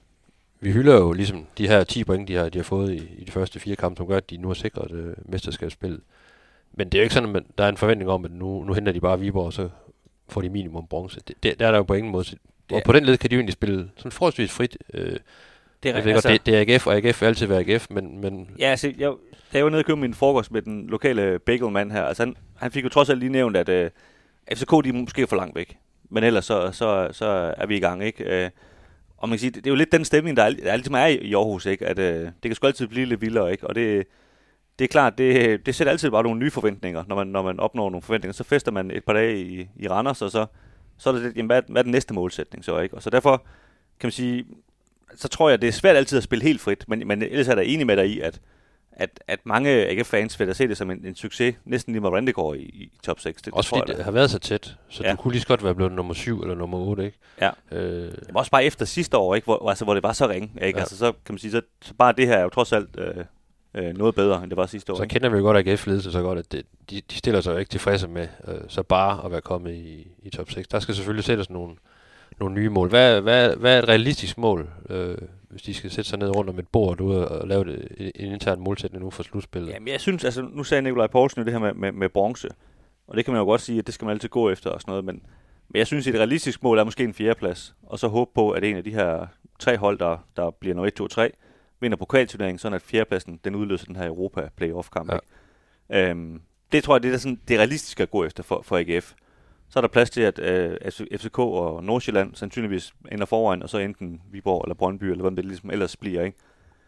vi hylder jo ligesom de her ti point, de har, de har fået i, i de første fire kampe, som gør, at de nu har sikret øh, mesterskabsspillet. Men det er jo ikke sådan, at der er en forventning om, at nu, nu henter de bare Viborg, og så får de minimum bronze. Det, det, der er der jo på ingen måde. Og på den led kan de jo egentlig spille sådan forholdsvis frit. Øh, det, er, altså, godt, det, det er A G F, og A G F vil altid være A G F, men... men ja, altså, jeg, da jeg var nede og købte min frokost med den lokale bagelmand her, altså han, han fik jo trods alt lige nævnt, at øh, F C K, de er måske for langt væk. Men ellers så, så, så er vi i gang, ikke? Øh, og man kan sige, det, det er jo lidt den stemning, der, er, der ligesom er i Aarhus, ikke? At øh, det kan sgu altid blive lidt vildere, ikke? Og det, det er klart, det, det sætter altid bare nogle nye forventninger, når man, når man opnår nogle forventninger. Så fester man et par dage i, i Randers, og så... så er det lidt, jamen, hvad, hvad er den næste målsætning så, ikke? Og så derfor kan man sige, så tror jeg, det er svært altid at spille helt frit, men, men ellers er der enig med dig i, at, at, at mange A G F-fans vil da se det som en, en succes, næsten lige hvordan det går i, i top seks. Det, også det fordi det har været så tæt, så ja. Du kunne lige så godt være blevet nummer syv eller nummer otte, ikke? Ja. Øh, Jamen, også bare efter sidste år, ikke? Hvor, altså, hvor det var så ringe, ikke? Ja. Altså, så kan man sige, så, så bare det her er jo trods alt øh, øh, noget bedre, end det var sidste år. Så ikke? kender vi jo godt A G F-ledelse så godt, at det, de, de stiller sig jo ikke tilfredse med øh, så bare at være kommet i, i top seks. Der skal selvfølgelig sættes nogle, nogle nye mål. Hvad, hvad, hvad er et realistisk mål, øh, hvis de skal sætte sig ned rundt om et bord og, og lave det, en intern målsætning nu for slutspillet? Jamen, jeg synes, altså, nu sagde Nikolaj Poulsen jo det her med, med, med bronze, og det kan man jo godt sige, at det skal man altid gå efter og sådan noget, men, men jeg synes, at et realistisk mål er måske en fjerdeplads, og så håbe på, at en af de her tre hold, der, der bliver nummer et, to, tre, vinder pokalturneringen, sådan at fjerdepladsen, den udløser den her Europa playoff-kamp. Ja. Øhm, det tror jeg, det er sådan, det er realistisk at gå efter for, for A G F. Så er der plads til, at øh, F C K og Nordsjælland sandsynligvis ender foran, og så enten Viborg eller Brøndby, eller hvad det ligesom ellers bliver, ikke?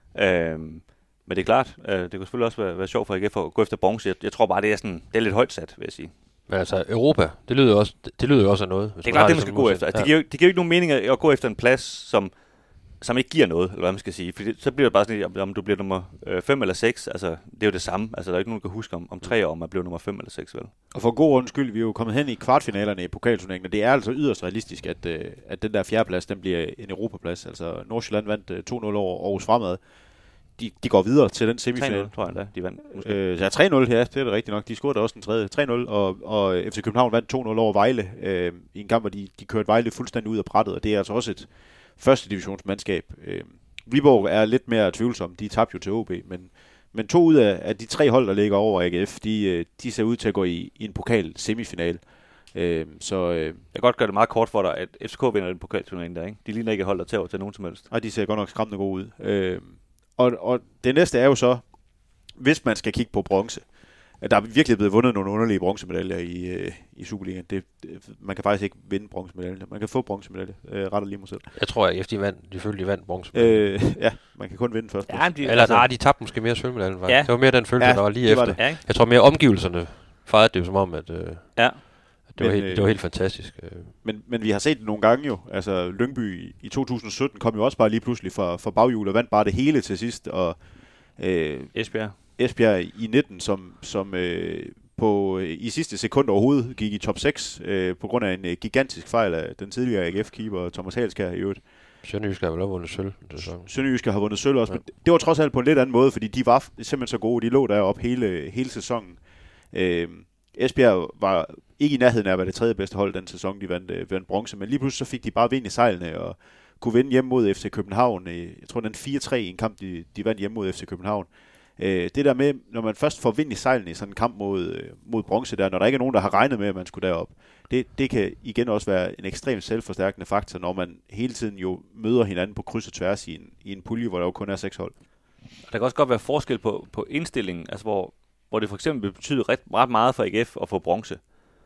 Øhm, men det er klart, øh, det kunne selvfølgelig også være, være sjovt for A G F at gå efter bronze. Jeg, jeg tror bare, det er, sådan, det er lidt højt sat, vil jeg sige. Men altså, Europa, det lyder jo også, det, det lyder jo også af noget. Det er klart, det man skal gå efter. Altså, ja. det, giver jo, det giver jo ikke nogen mening at gå efter en plads, som... som ikke giver noget, eller hvad man skal sige. Fordi så bliver det bare sådan, om du bliver nummer fem eller seks, altså det er jo det samme. Altså der er ikke nogen, der kan huske om, om tre år, om man bliver nummer fem eller seks, vel? Og for god undskyld, vi er jo kommet hen i kvartfinalerne i pokalturneringen, og det er altså yderst realistisk, at, at den der fjerdeplads, den bliver en Europaplads. Altså Nordsjælland vandt to nul over Aarhus Fremad. De, de går videre til den semifinal. tre nul, tror jeg da, de vandt. Øh, ja, tre nul, ja, det er det rigtigt nok. De scorede også den tredje. tre nul, og, og F C København vandt to nul over Vejle øh, i en kamp, hvor de, de kørte Vejle fuldstændig ud af brættet, og det er altså også et første divisionsmandskab. Øh, Viborg er lidt mere tvivlsom. De tabte jo til O B, men, men to ud af, af de tre hold, der ligger over A G F, de, de ser ud til at gå i, i en pokal semifinal. Øh, så øh, jeg kan godt gøre det meget kort for dig, at F C K vinder den pokalturnering der, ikke? De ligner ikke et hold, der tager til nogen som helst. Og de ser godt nok skræmmende gode ud. Øh, og, og det næste er jo så, hvis man skal kigge på bronze, at der er virkelig blevet vundet nogle underlige bronzemedaljer i, øh, i Superligaen. Det, det, man kan faktisk ikke vinde bronzemedaljer. Man kan få bronzemedaljer. Øh, retter lige mig selv. Jeg tror, at de vandt, de følte, de vandt bronzemedaljer. Øh, ja, man kan kun vinde først. Ja, de, Eller altså, nej, de tabte måske mere sølvmedaljen. Ja. Det var mere den følelse, ja, der var lige efter. Det. Jeg tror mere omgivelserne fejrede det jo som om, at, øh, ja. Det var, men, helt, det var helt fantastisk. Men, men vi har set det nogle gange jo. Altså Lyngby i, i to tusind sytten kom jo også bare lige pludselig fra, fra baghjul og vandt bare det hele til sidst. Og øh, Esbjerg. Esbjerg i nitten, som, som øh, på, øh, i sidste sekund overhovedet gik i top seks øh, på grund af en øh, gigantisk fejl af den tidligere A G F-keeper Thomas Halskær i øvrigt. Sønderjyske har vel også vundet sølv. Sønderjyske har vundet sølv også, ja. Men det var trods alt på en lidt anden måde, fordi de var simpelthen så gode. De lå deroppe hele, hele sæsonen. Øh, Esbjerg var ikke i nærheden af at være det tredje bedste hold den sæson, de vandt, øh, vandt bronze, men lige pludselig så fik de bare vind i sejlene og kunne vinde hjemme mod F C København. Øh, jeg tror, den fire tre i en kamp, de, de vandt hjemme mod F C København. Øh, det der med, når man først får vind i sejlene i sådan en kamp mod, øh, mod bronze der, når der ikke er nogen, der har regnet med, at man skulle derop, det, det kan igen også være en ekstremt selvforstærkende faktor, når man hele tiden jo møder hinanden på kryds og tværs i en, i en pulje, hvor der jo kun er seks hold. Der kan også godt være forskel på, på indstillingen, altså hvor, hvor det for eksempel betyder ret, ret meget for A G F at få bronze.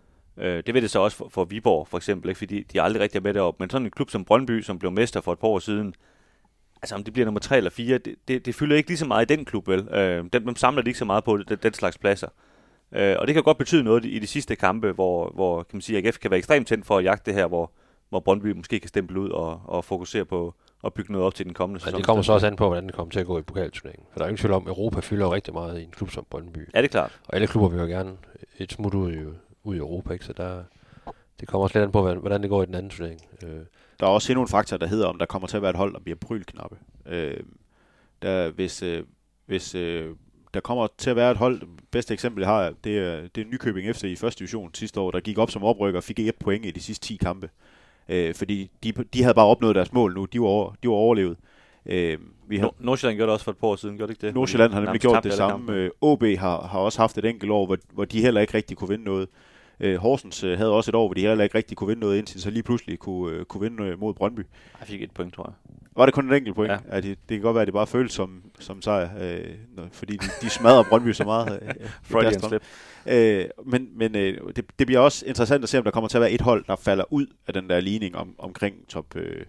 Øh, det ved det så også for, for Viborg for eksempel, ikke? Fordi de aldrig rigtig er med deroppe. Men sådan en klub som Brøndby, som blev mester for et par år siden, altså om det bliver nummer tre eller fire, det, det, det fylder ikke lige så meget i den klub, vel? Øh, den, den samler de ikke så meget på, den, den slags pladser. Øh, og det kan godt betyde noget i de sidste kampe, hvor, hvor kan man sige, A G F kan være ekstremt tændt for at jagte det her, hvor, hvor Brøndby måske kan stemple ud og, og fokusere på at bygge noget op til den kommende sæson. Ja, det kommer så også an på, hvordan det kommer til at gå i pokalturneringen. For der er ingen tvivl om, at Europa fylder jo rigtig meget i en klub som Brøndby. Ja, det er klart. Og alle klubber vil jo gerne et smut ud i, ud i Europa, ikke? Så der, det kommer også lidt an på, hvordan det går i den anden turnering. Der er også endnu en faktor, der hedder, om der kommer til at være et hold, der bliver prylknappe. Øh, der, hvis øh, hvis øh, der kommer til at være et hold, det bedste eksempel jeg har, det er, det er Nykøbing F C i første division sidste år, der gik op som oprykker og fik et point i de sidste ti kampe. Øh, fordi de, de havde bare opnået deres mål nu, de var, over, de var overlevet. Øh, vi har, Nordsjælland gjorde det også for et par år siden, gjorde det ikke det? Nordsjælland har nemlig gjort det samme. Øh, O B har, har også haft et enkelt år, hvor, hvor de heller ikke rigtig kunne vinde noget. Øh, Horsens øh, havde også et år, hvor de heller ikke rigtig kunne vinde noget, indtil så lige pludselig kunne, øh, kunne vinde øh, mod Brøndby. Jeg fik et point, tror jeg. Var det kun et enkelt point? Ja. Ja, det, det kan godt være, at det bare føles som, som sejr, øh, når, fordi de, de smadrer Brøndby så meget. Øh, Freudian slip. Øh, men men øh, det, det bliver også interessant at se, om der kommer til at være et hold, der falder ud af den der ligning om, omkring top øh,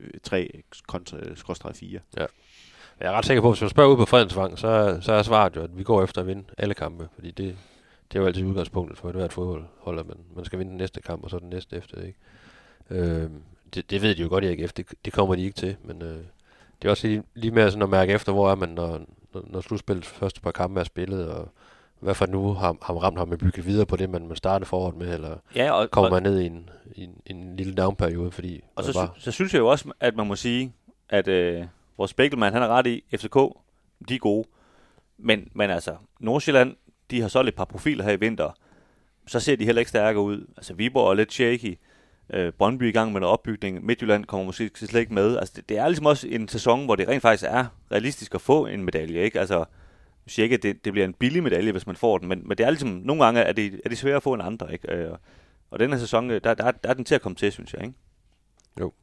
tre kontra fire. Ja. Jeg er ret sikker på, at hvis man spørger ud på Fredensvang, så, så er svaret jo, at vi går efter at vinde alle kampe, fordi det, det er jo altid udgangspunktet for hvert fodboldhold, at man, man skal vinde den næste kamp, og så den næste efter, ikke? Øh, det, det ved de jo godt i A G F, det, det kommer de ikke til, men øh, det er også lige, lige mere sådan at mærke efter, hvor er man, når, når, når slutspillets første par kampe er spillet, og hvad for nu har, har man ramt ham med bygget videre på det, man, man startede forholdet med, eller ja, og, kommer og, man ned i en, i en, en lille down-periode, fordi... Og så, bare... sy- så synes jeg jo også, at man må sige, at øh, vores Bækkelmann, han er ret i, F C K, de er gode, men, men altså, Nordsjælland, de har solgt et par profiler her i vinter, så ser de heller ikke stærkere ud. Altså Viborg er lidt shaky, øh, Brøndby i gang med noget opbygning, Midtjylland kommer måske slet ikke med. Altså det, det er ligesom også en sæson, hvor det rent faktisk er realistisk at få en medalje, ikke? Altså, jeg siger ikke, at det, det bliver en billig medalje, hvis man får den, men, men det er ligesom, nogle gange er det, er det svært at få en andre, ikke? Øh, og den her sæson, der, der, der er den til at komme til, synes jeg, ikke? Jo.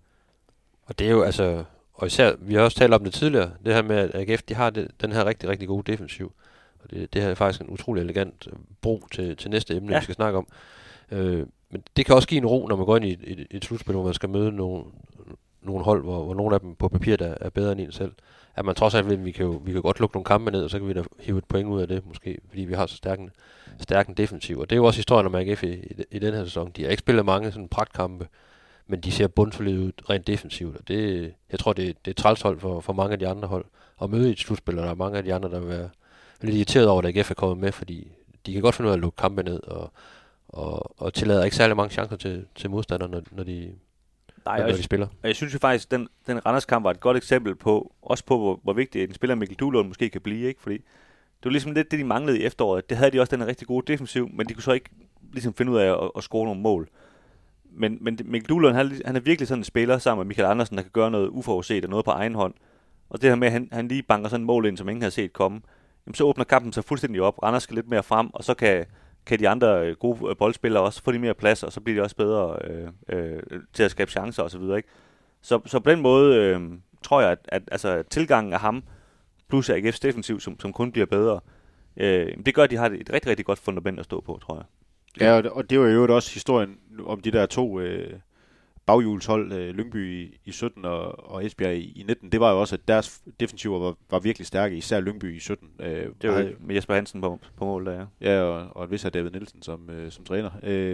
Og det er jo altså, og især, vi har også talt om det tidligere, det her med, at A G F, de har det, den her rigtig, rigtig gode defensiv. Og det, det her er faktisk en utrolig elegant bro til, til næste emne, ja. Vi skal snakke om. Øh, men det kan også give en ro, når man går ind i et, et, et slutspil, hvor man skal møde nogle, nogle hold, hvor, hvor nogle af dem på papir der er bedre end en selv. At man trods alt ved, at vi kan jo vi kan godt lukke nogle kampe ned, og så kan vi da hive et point ud af det, måske, fordi vi har så stærk en, stærk en defensiv. Og det er jo også historien om A G F i, i, i den her sæson. De har ikke spillet mange sådan pragtkampe, men de ser bundsolide ud rent defensivt. Og det, jeg tror, det, det er trælshold for, for mange af de andre hold at møde i et slutspil, og der er mange af de andre, der vil være lidt irriteret over, at A G F er kommet med, fordi de kan godt finde ud af at lukke kampe ned, og, og, og tillader ikke særlig mange chancer til, til modstandere, når, når, de, Nej, når jeg, de spiller. Og jeg synes jo faktisk, at den, den Randers-kamp var et godt eksempel på, også på, hvor, hvor vigtigt en spiller Mikkel Duhlund måske kan blive, ikke? Fordi det var ligesom lidt det, de manglede i efteråret. Det havde de også den rigtig gode defensiv, men de kunne så ikke ligesom finde ud af at, at score nogle mål. Men, men Mikkel Duhlund, han, han er virkelig sådan en spiller sammen med Michael Andersen, der kan gøre noget uforudset og noget på egen hånd. Og det her med, at han, han lige banker sådan en mål ind, som ingen har set komme, jamen, så åbner kampen sig fuldstændig op. Randers skal lidt mere frem, og så kan, kan de andre gode boldspillere også få de mere plads, og så bliver de også bedre øh, øh, til at skabe chancer og så videre, ikke? Så, så på den måde øh, tror jeg, at, at altså, tilgangen af ham, plus A G F's defensiv, som, som kun bliver bedre, øh, det gør, at de har et rigtig, rigtig godt fundament at stå på, tror jeg. Ja, og det var jo også historien om de der to øh, baghjulshold, øh, Lyngby i, i sytten og, og Esbjerg i, i nitten. Det var jo også, at deres defensiver var, var virkelig stærke, især Lyngby i sytten. Øh, det var jo med Jesper Hansen på, på mål der, ja. Ja, og, og et vis af David Nielsen som, øh, som træner. Øh,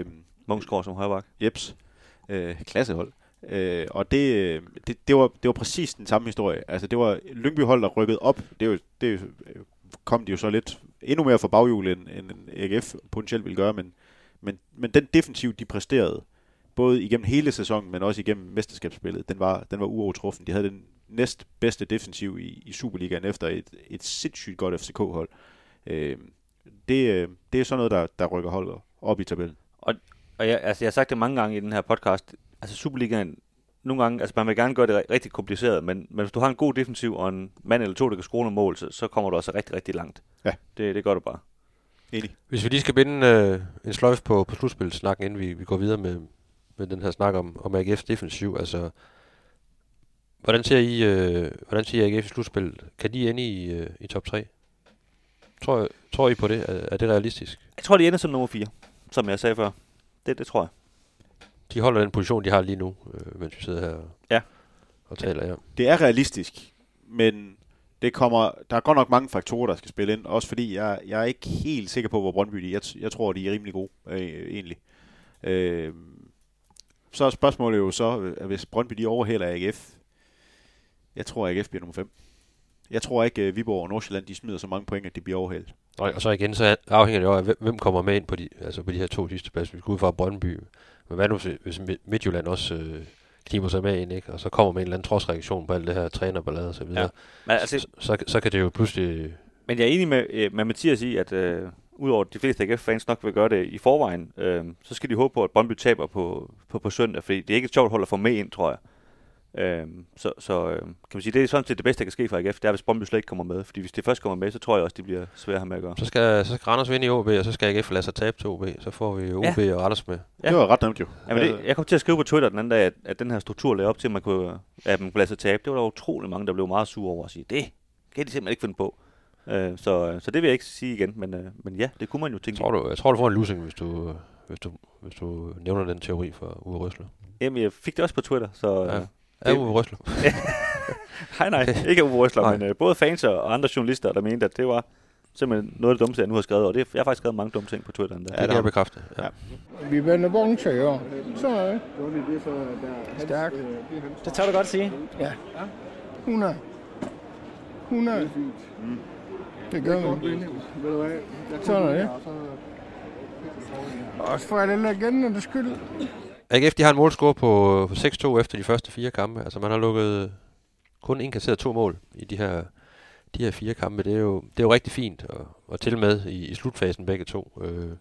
Munksgaard som højreback. Jeps. Øh, klassehold. Øh, og det, det, det, var, det var præcis den samme historie. Altså, det var Lyngby-hold, der rykkede op. Det, var, det kom de jo så lidt endnu mere for baghjulet, end, end A G F potentielt ville gøre, men, men, men den defensiv, de præsterede, både igennem hele sæsonen, men også igennem mesterskabsspillet, den var, den var uovertruffen. De havde den næst bedste defensiv i, i Superligaen efter et, et sindssygt godt F C K-hold. Øh, det, det er sådan noget, der, der rykker holdet op i tabellen. Og, og jeg, altså, jeg har sagt det mange gange i den her podcast, altså Superligaen, nogle gange, altså man vil gerne gøre det rigtig kompliceret, men, men hvis du har en god defensiv og en mand eller to, der kan score nogle mål, så, så kommer du også rigtig, rigtig langt. Ja. Det, det gør du bare. Enig. Hvis vi lige skal binde øh, en sløjf på, på slutspilsnakken, inden vi, vi går videre med, med den her snak om, om A G F's defensiv, altså hvordan ser I, øh, hvordan ser I A G F i slutspillet? Kan de ende i, øh, i top tre? Tror, tror I på det? Er, er det realistisk? Jeg tror, de ender som nummer fire, som jeg sagde før. Det, det tror jeg. De holder den position, de har lige nu, øh, mens vi sidder her og, ja. og taler. Ja. Det er realistisk, men det kommer, der er godt nok mange faktorer, der skal spille ind. Også fordi jeg, jeg er ikke helt sikker på, hvor Brøndby er. Jeg, jeg tror, de er rimelig gode, øh, egentlig. Øh, så er spørgsmålet jo så, at hvis Brøndby de overhælder A G F, jeg tror, at A G F bliver nummer fem. Jeg tror ikke, at Viborg og Nordsjælland de smider så mange point, at de bliver overhældt. Og, og så igen, så afhænger det jo af, hvem kommer med ind på de, altså på de her to sidste pladser. Vi skal ud fra Brøndby. Men hvad nu, hvis Midtjylland også øh, kniber sig med ind, ikke? Og så kommer med en eller anden trodsreaktion på alt det her trænerballade og så videre. Ja. Men altså, så, så, så kan det jo pludselig... Men jeg er enig med, med Mathias i, at øh, udover de fleste A G F-fans nok vil gøre det i forvejen, øh, så skal de håbe på, at Brøndby taber på, på, på søndag, fordi det er ikke et sjovt hold at få med ind, tror jeg. Øhm, så så øh, kan man sige, det er sådan set det bedste, der kan ske for A G F, det er, hvis Brøndby slet ikke kommer med. Fordi hvis det først kommer med, så tror jeg også, det bliver svært at have med at gøre. Så skal, så skal Randers vinde i O B, og så skal A G F lade sig tabe til O B. Så får vi O B ja. og Randers med. Ja. Det var ret nemt jo. Jamen det, jeg kom til at skrive på Twitter den anden dag, at, at den her struktur lagde op til, at man kunne, at man kunne lade sig tabe. Det var der utrolig mange, der blev meget sure over at sige, det kan de simpelthen ikke finde på. Øh, så, så det vil jeg ikke sige igen, men, øh, men ja, det kunne man jo tænke. Tror du, jeg tror, du får en losing, hvis du, hvis du, hvis du nævner den teori for Uwe Røsler. Jamen, jeg fik det også på Twitter, så... Ja. Er Uwe Røsler? nej, nej, ikke Uwe Røsler, men uh, både fans og andre journalister, der mente, at det var simpelthen noget af det dummeste, jeg nu har skrevet. Og det, jeg har faktisk skrevet mange dumme ting på Twitter. Ja, det kan jeg bekræfte. Ja. Ja. Vi vender bronze i år. Så er det. Stærkt. Det tør du godt sige. Ja. hundrede. hundrede. Det gør vi. Sådan er det. Også for alle legenderne skyld. A G F de har en målscore på, på seks to efter de første fire kampe. Altså man har lukket kun indkasseret to mål i de her, de her fire kampe. Det er jo, det er jo rigtig fint, og, og til og med i, i slutfasen begge to. Øh,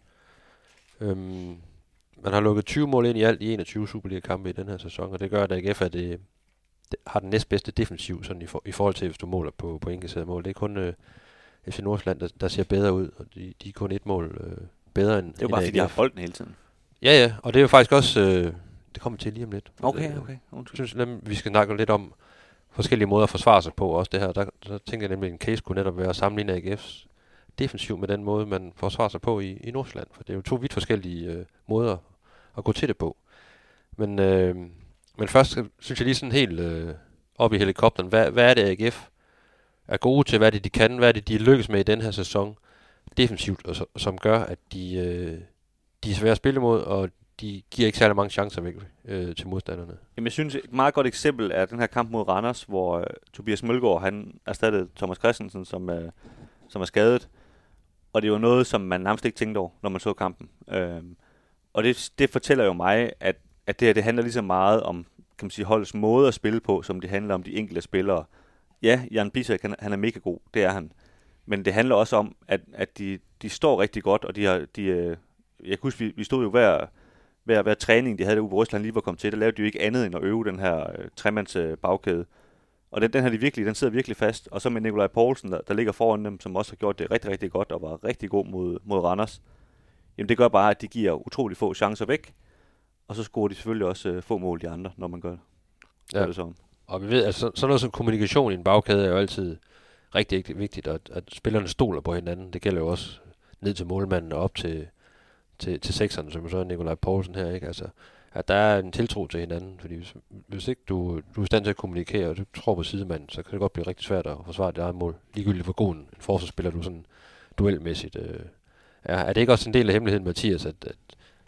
øhm, man har lukket tyve mål ind i alt i enogtyve Superliga-kampe i den her sæson, og det gør, at A G F er det, det, har den næstbedste defensiv sådan i, for, i forhold til, hvis du måler på, på indkasseret mål. Det er kun øh, F C Nordsjælland, der, der ser bedre ud, og de, de er kun et mål øh, bedre end det er jo bare, fordi de har bolden hele tiden. Ja, ja, og det er jo faktisk også, øh, det kommer til lige om lidt. Okay, okay. Jeg synes nemlig, vi skal snakke lidt om forskellige måder at forsvare sig på også det her. Der, der tænker jeg nemlig, at en case kunne netop være at sammenligne A G F's defensiv med den måde, man forsvarer sig på i, i Nordsjælland. For det er jo to vidt forskellige øh, måder at gå til det på. Men, øh, men først synes jeg lige sådan helt øh, op i helikopteren, hvad, hvad er det A G F er gode til, hvad er det de kan, hvad er det de lykkes med i den her sæson defensivt, og så, som gør, at de... Øh, De er svære at spille mod, og de giver ikke særlig mange chancer væk øh, til modstanderne. Jamen, jeg synes, et meget godt eksempel er den her kamp mod Randers, hvor øh, Tobias Mølgaard, han erstattede Thomas Christensen, som, øh, som er skadet. Og det var noget, som man nærmest ikke tænkte over, når man så kampen. Øh, og det, det fortæller jo mig, at, at det her det handler lige så meget om, kan man sige, holdets måde at spille på, som det handler om de enkelte spillere. Ja, Jan Bisek, han, han er mega god, det er han. Men det handler også om, at, at de, de står rigtig godt, og de har... De, øh, jeg kan huske, vi, vi stod jo hver, hver, hver træning, de havde det ude på Rusland lige var kommet til, der lavede de jo ikke andet end at øve den her øh, tremands øh, bagkæde. Og den, den her de virkelig, den sidder virkelig fast. Og så med Nikolaj Poulsen, der, der ligger foran dem, som også har gjort det rigtig, rigtig godt og var rigtig god mod, mod Randers. Jamen det gør bare, at de giver utrolig få chancer væk. Og så scorer de selvfølgelig også øh, få mål de andre, når man gør det. Ja. Det sådan. Og vi ved, altså sådan noget som kommunikation i en bagkæde er jo altid rigtig, rigtig vigtigt, at, at spillerne stoler på hinanden. Det gælder jo også ned til målmanden og op til... til, til sekserne, som så er Nikolaj Poulsen her, ikke? Altså, at der er en tiltro til hinanden, fordi hvis, hvis ikke du, du er i stand til at kommunikere, og du tror på sidemanden, så kan det godt blive rigtig svært at forsvare dit eget mål, ligegyldigt hvor god en forsvarsspiller du sådan duelmæssigt øh, er. Er det ikke også en del af hemmeligheden, Mathias, at, at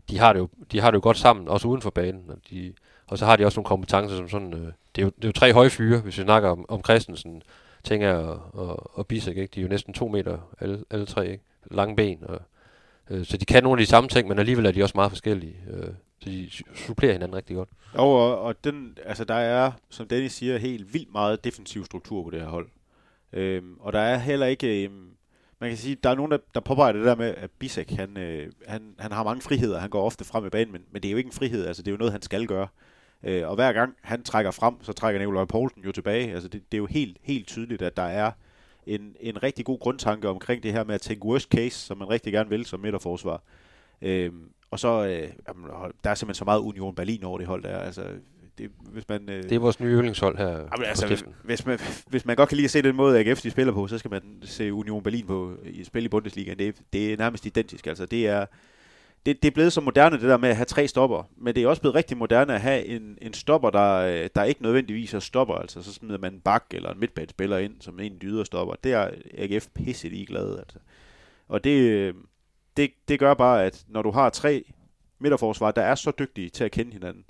de har det jo, de har det jo godt sammen, også uden for banen. Og, de, og så har de også nogle kompetencer som sådan, øh, det, er jo, det er jo tre høje fyre, hvis vi snakker om, om Christensen, Tænker og, og, og Bisek, ikke? De er jo næsten to meter, alle, alle tre, ikke? Lange ben, og, øh, så de kan nogle af de samme ting, men alligevel er de også meget forskellige. Øh, så de supplerer hinanden rigtig godt. Og, og den, altså der er, som Dennis siger, helt vildt meget defensiv struktur på det her hold. Øhm, og der er heller ikke, øhm, man kan sige, der er nogen, der, der påpeger det der med, at Bisek, han, øh, han, han har mange friheder, han går ofte frem i banen, men, men det er jo ikke en frihed, altså det er jo noget, han skal gøre. Øh, og hver gang han trækker frem, så trækker Nikolaj Poulsen jo tilbage. Altså det, det er jo helt, helt tydeligt, at der er en, en rigtig god grundtanke omkring det her med at tænke worst case, som man rigtig gerne vil som midterforsvar. Øh, og så, øh, der er simpelthen så meget Union Berlin over det hold der. Altså, det, hvis man, øh, det er vores nye yndlingshold her. Jamen, altså, hvis, man, hvis man godt kan lide at se den måde, A G F de spiller på, så skal man se Union Berlin på i spil i Bundesligaen. Det, det er nærmest identisk. Altså, det er Det, det er blevet så moderne, det der med at have tre stopper, men det er også blevet rigtig moderne at have en, en stopper, der, der ikke nødvendigvis er stopper, altså så smider man en bak eller en midtbanespiller ind, som en dyder stopper. Det er A G F pisse ligeglade, altså. Og det, det, det gør bare, at når du har tre midterforsvar, der er så dygtige til at kende hinanden,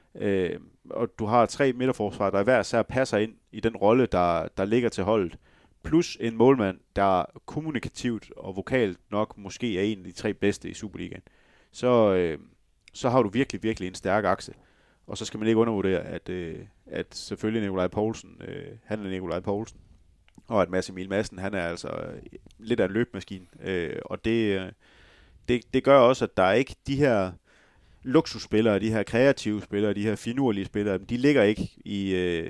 øh, og du har tre midterforsvar, der hver især passer ind i den rolle, der, der ligger til holdet, plus en målmand, der kommunikativt og vokalt nok måske er en af de tre bedste i Superligaen, så, øh, så har du virkelig, virkelig en stærk akse. Og så skal man ikke undervurdere, at, øh, at selvfølgelig Nikolaj Poulsen, øh, han er Nikolaj Poulsen, og at Mads Emil Madsen, han er altså øh, lidt af en løbemaskine. Øh, og det, øh, det, det gør også, at der er ikke de her luksusspillere, de her kreative spillere, de her finurlige spillere, de ligger ikke i... Øh,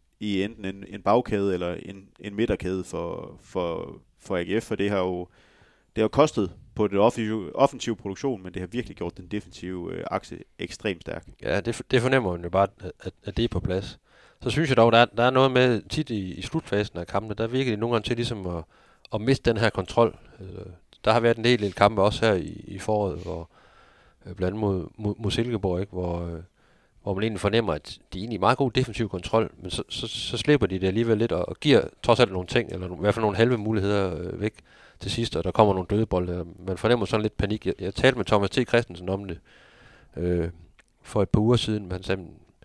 i enten en, en bagkæde eller en, en midterkæde for, for, for A G F, for det har jo det har kostet på det offensive, offensive produktion, men det har virkelig gjort den defensive øh, akse ekstremt stærk. Ja, det, det fornemmer man jo bare, at, at det er på plads. Så synes jeg dog, der er, der er noget med tit i, i slutfasen af kampene, der virker det nogle gange til ligesom at, at miste den her kontrol. Der har været en del, del kampe også her i, i foråret, hvor blandt andet mod, mod, mod Silkeborg, ikke, hvor hvor man egentlig fornemmer, at de er egentlig meget god defensiv kontrol, men så, så, så slipper de det alligevel lidt, og, og giver trods alt nogle ting, eller no, i hvert fald nogle halve muligheder øh, væk til sidst, og der kommer nogle dødebolde. Man fornemmer sådan lidt panik. Jeg, jeg talte med Thomas T. Christensen om det øh, for et par uger siden, men han sagde,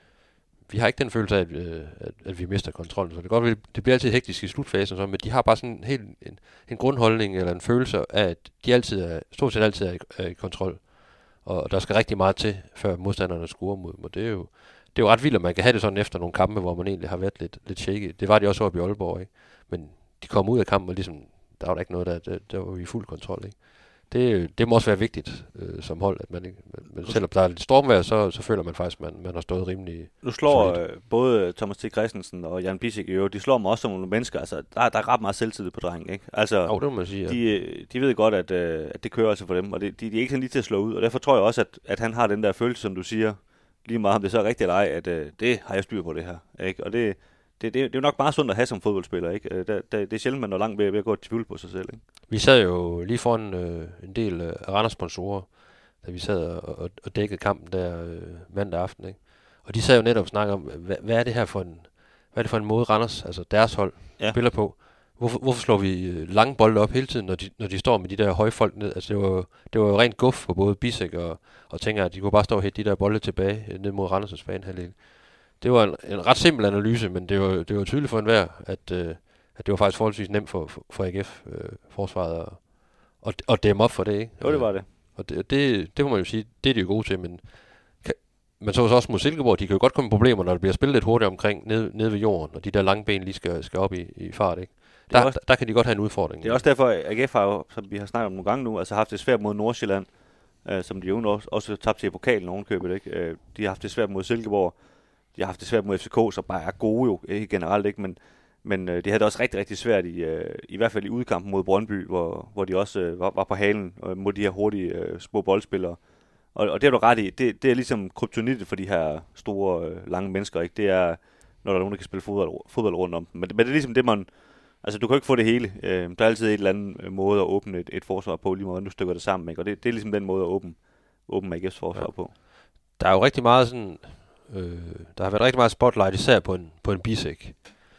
vi har ikke den følelse af, at, øh, at, at vi mister kontrollen, så det, godt, det bliver altid hektisk i slutfasen, så, men de har bare sådan en, helt, en, en grundholdning, eller en følelse af, at de altid er, stort set altid er i, er i kontrol. Og der skal rigtig meget til, før modstanderne scorer mod dem. Og det er jo, det er jo ret vildt, at man kan have det sådan efter nogle kampe, hvor man egentlig har været lidt, lidt shaky. Det var de også oppe i Aalborg, ikke? Men de kom ud af kampen, og ligesom, der var der ikke noget, der, der, der var vi i fuld kontrol, ikke? Det, det må også være vigtigt øh, som hold, at man ikke, men selvom der er lidt stormvejr, så, så føler man faktisk, at man, man har stået rimelig... Nu slår øh, både Thomas T. Christensen og Jan Bisek jo, de slår mig også som nogle mennesker. Altså, der, der er ret meget selvtillid på drengen, ikke? Altså, oh, det må man sige, ja. de, de ved godt, at, øh, at det kører altså for dem, og det, de, de er ikke sådan lige til at slå ud, og derfor tror jeg også, at, at han har den der følelse, som du siger, lige meget om det så er rigtigt eller ej, at øh, det har jeg styr på det her, ikke? Og det... Det, det, det er jo nok bare sundt at have som fodboldspiller, ikke? Det, det, det er sjældent, man når langt ved, ved at gå et tvivl på sig selv, ikke? Vi sad jo lige foran øh, en del af øh, Randers-sponsorer, da vi sad og, og, og dækkede kampen der øh, mandag aften, ikke? Og de sad jo netop og snakkede om, hvad, hvad er det her for en, hvad er det for en måde Randers, altså deres hold, ja. spiller på? Hvorfor, hvorfor slår vi øh, lange bolde op hele tiden, når de, når de står med de der høje folk ned? Altså det var, det var jo rent guf for både Bisek og, og tænker, at de kunne bare stå og hætte de der bolde tilbage øh, ned mod Randers' banehalvdel. Det var en, en ret simpel analyse, men det var, det var tydeligt for enhver, at, øh, at det var faktisk forholdsvis nemt for, for, for A G F-forsvaret øh, at, at, at dæmme op for det, ikke? Jo, det var det. Og det, det, det må man jo sige, det er de jo gode til, men kan, man så også mod Silkeborg, de kan jo godt komme problemer, når der bliver spillet lidt hurtigt omkring ned, ned ved jorden, og de der lange ben lige skal, skal op i, i fart, ikke? Der, også, der, der kan de godt have en udfordring. Det er også derfor, at A G F har jo, som vi har snakket om nogle gange nu, altså haft det svært mod Nordsjælland, øh, som de jo også, også tabt til i pokalen ovenkøbet, ikke? Øh, de har haft det svært mod Silkeborg. De har haft det svært mod F C K, så bare er gode jo, ikke generelt ikke, men, men øh, de havde det også rigtig, rigtig svært i, øh, i hvert fald i udkampen mod Brøndby, hvor, hvor de også øh, var, var på halen øh, mod de her hurtige øh, små boldspillere. Og, og det er du ret i, det, det er ligesom kryptonittet for de her store, øh, lange mennesker, ikke? Det er, når der er nogen, der kan spille fodbold, fodbold rundt om dem. Men, men det er ligesom det, man, altså du kan ikke få det hele. Øh, der er altid et eller andet måde at åbne et, et forsvar på, lige meget nu stykker det sammen, ikke? Og det, det er ligesom den måde at åbne, åbne A G F's forsvar ja. på. Der er jo rigtig meget sådan... Øh, der har været rigtig meget spotlight, især på en, på en Bisek.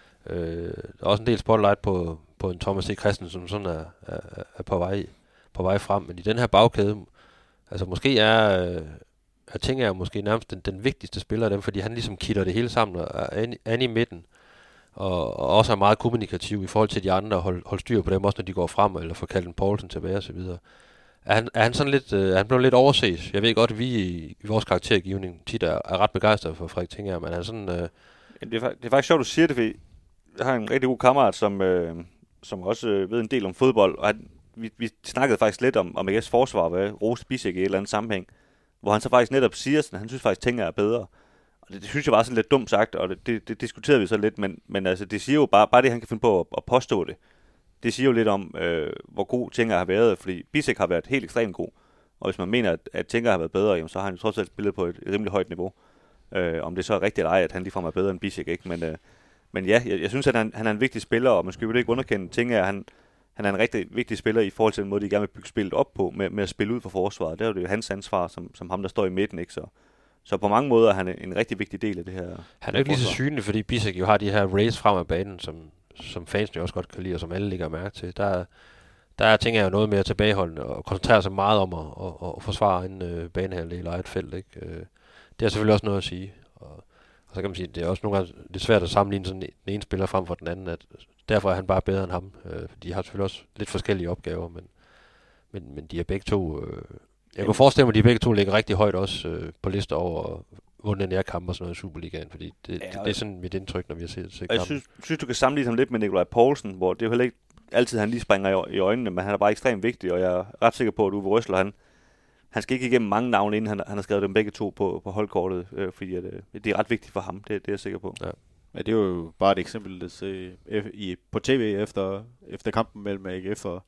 Øh, der er også en del spotlight på, på en Thomas T. Christensen, som sådan er, er, er på, vej, på vej frem. Men i den her bagkæde, Altså måske er, øh, jeg tænker jeg måske nærmest den, den vigtigste spiller af dem, fordi han ligesom kitter det hele sammen og er inde i midten. Og, og også er meget kommunikativ i forhold til de andre, og holde hold styr på dem, også når de går frem, eller får kaldt en Poulsen tilbage og så videre. Er han, er han sådan lidt, øh, er han blevet lidt overset? Jeg ved godt, at vi i, i vores karaktergivning tit er, er ret begejstrede for Frederik Tinger, men er han sådan... Øh... Det, er, det er faktisk sjovt, du siger det, fordi jeg har en rigtig god kammerat, som, øh, som også øh, ved en del om fodbold, og han, vi, vi snakkede faktisk lidt om, om A G F's forsvar ved Rose Bissek i et eller andet sammenhæng, hvor han så faktisk netop siger, at han synes faktisk, Tinger er bedre. Og det, det synes jeg var sådan lidt dumt sagt, og det, det, det diskuterede vi så lidt, men, men altså, det siger jo bare, bare det, han kan finde på at, at påstå det. Det siger jo lidt om, øh, hvor god Tinger har været, fordi Bissek har været helt ekstremt god. Og hvis man mener, at, at Tinger har været bedre, jamen, så har han jo trods alt spillet på et, et rimelig højt niveau. Øh, om det så er rigtigt eller ej, at han ligefrem er bedre end Bissek, ikke? Men, øh, men ja, jeg, jeg synes, at han, han er en vigtig spiller, og man skal jo ikke underkende Tinger, han, han er en rigtig vigtig spiller i forhold til den måde, de gerne vil bygge spillet op på, med, med at spille ud for forsvaret. Det er jo det hans ansvar, som, som ham, der står i midten, ikke? Så, så på mange måder er han en rigtig vigtig del af det her. Han er ikke lige så synlig, fordi Bissek jo har de her race frem af banen, som, som fansene jo også godt kan lide, og som alle lægger mærke til. Der, der tænker jeg jo noget mere tilbageholdende, og koncentrerer sig meget om at, at, at forsvare en øh, banehalvdel eller et felt, ikke? Øh, det er selvfølgelig også noget at sige. Og, og så kan man sige, at det er også nogle gange lidt svært at sammenligne sådan den ene spiller frem for den anden, at derfor er han bare bedre end ham. Øh, de har selvfølgelig også lidt forskellige opgaver, men, men, men de er begge to... Øh, jeg kan forestille mig, at de begge to ligger rigtig højt også øh, på lister over vundne nærkampe og sådan noget i Superligaen, fordi det, ja, det, det er sådan mit indtryk, når vi har set, set kampen. Jeg synes, synes, du kan sammenligne ham lidt med Nikolaj Poulsen, hvor det er jo heller ikke altid, han lige springer i, i øjnene, men han er bare ekstremt vigtig, og jeg er ret sikker på, at Uwe Røsler, han, han skal ikke igennem mange navne, inden han, han har skrevet dem begge to på, på holdkortet, øh, fordi at, øh, det er ret vigtigt for ham, det, det er jeg sikker på. Ja. Ja, det er jo bare et eksempel at se i, på tv efter, efter kampen mellem A G F og,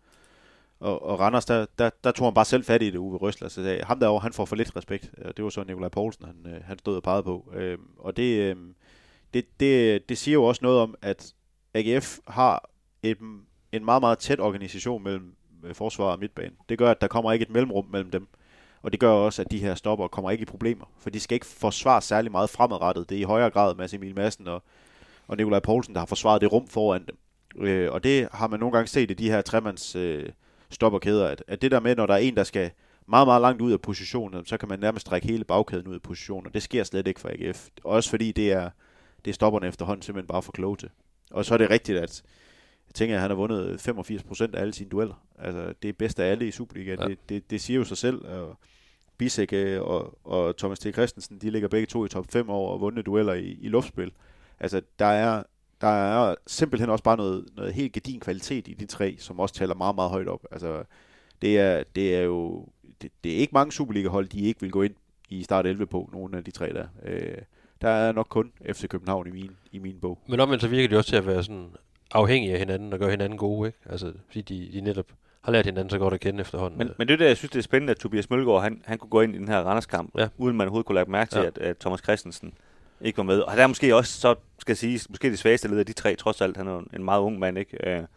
og, og Randers, der, der, der tog han bare selv fat i det, Uwe Røsler, så sagde, ham derovre, han får for lidt respekt, og det var så Nikolaj Poulsen, han, han stod og pegede på, øh, og det, øh, det, det, det siger jo også noget om, at A G F har et, en meget, meget tæt organisation mellem forsvar og midtbane. Det gør, at der kommer ikke et mellemrum mellem dem. Og det gør også, at de her stopper kommer ikke i problemer. For de skal ikke forsvare særlig meget fremadrettet. Det er i højere grad Mads Emil Madsen og, og Nikolaj Poulsen, der har forsvaret det rum foran dem. Øh, og det har man nogle gange set i de her tremands øh, stopperkæder. At, at det der med, når der er en, der skal meget, meget langt ud af positionen, så kan man nærmest trække hele bagkæden ud af positionen. Og det sker slet ikke for A G F. Også fordi det er, det er stopperne efterhånden simpelthen bare for kloge til. Og så er det rigtigt, at jeg tænker, at han har vundet femogfirs procent af alle sine dueller. Altså, det er bedst af alle i Superligaen. Ja. Det, det, det siger jo sig selv. Og Bissek og, og Thomas T. Christensen, de ligger begge to i top fem over og vundet dueller i, i luftspil. Altså, der er, der er simpelthen også bare noget, noget helt gedin kvalitet i de tre, som også taler meget, meget højt op. Altså, det er, det er jo det, det er ikke mange Superliga-hold, de ikke vil gå ind i start elleve på, nogle af de tre der. Øh, der er nok kun F C København i min, i min bog. Men omvendt så virker de også til at være sådan afhængige af hinanden og gøre hinanden gode, ikke? Altså, fordi de, de netop har lært hinanden så godt at kende efterhånden. Men, men det er det, jeg synes, det er spændende, at Tobias Mølgaard, han, han kunne gå ind i den her Randers-kamp, ja. uden man overhovedet kunne lægge mærke til, ja. at, at Thomas Christensen ikke var med. Og der er måske også, så skal jeg sige, måske det svageste led af de tre, trods alt. Han er en meget ung mand, ikke? Øh,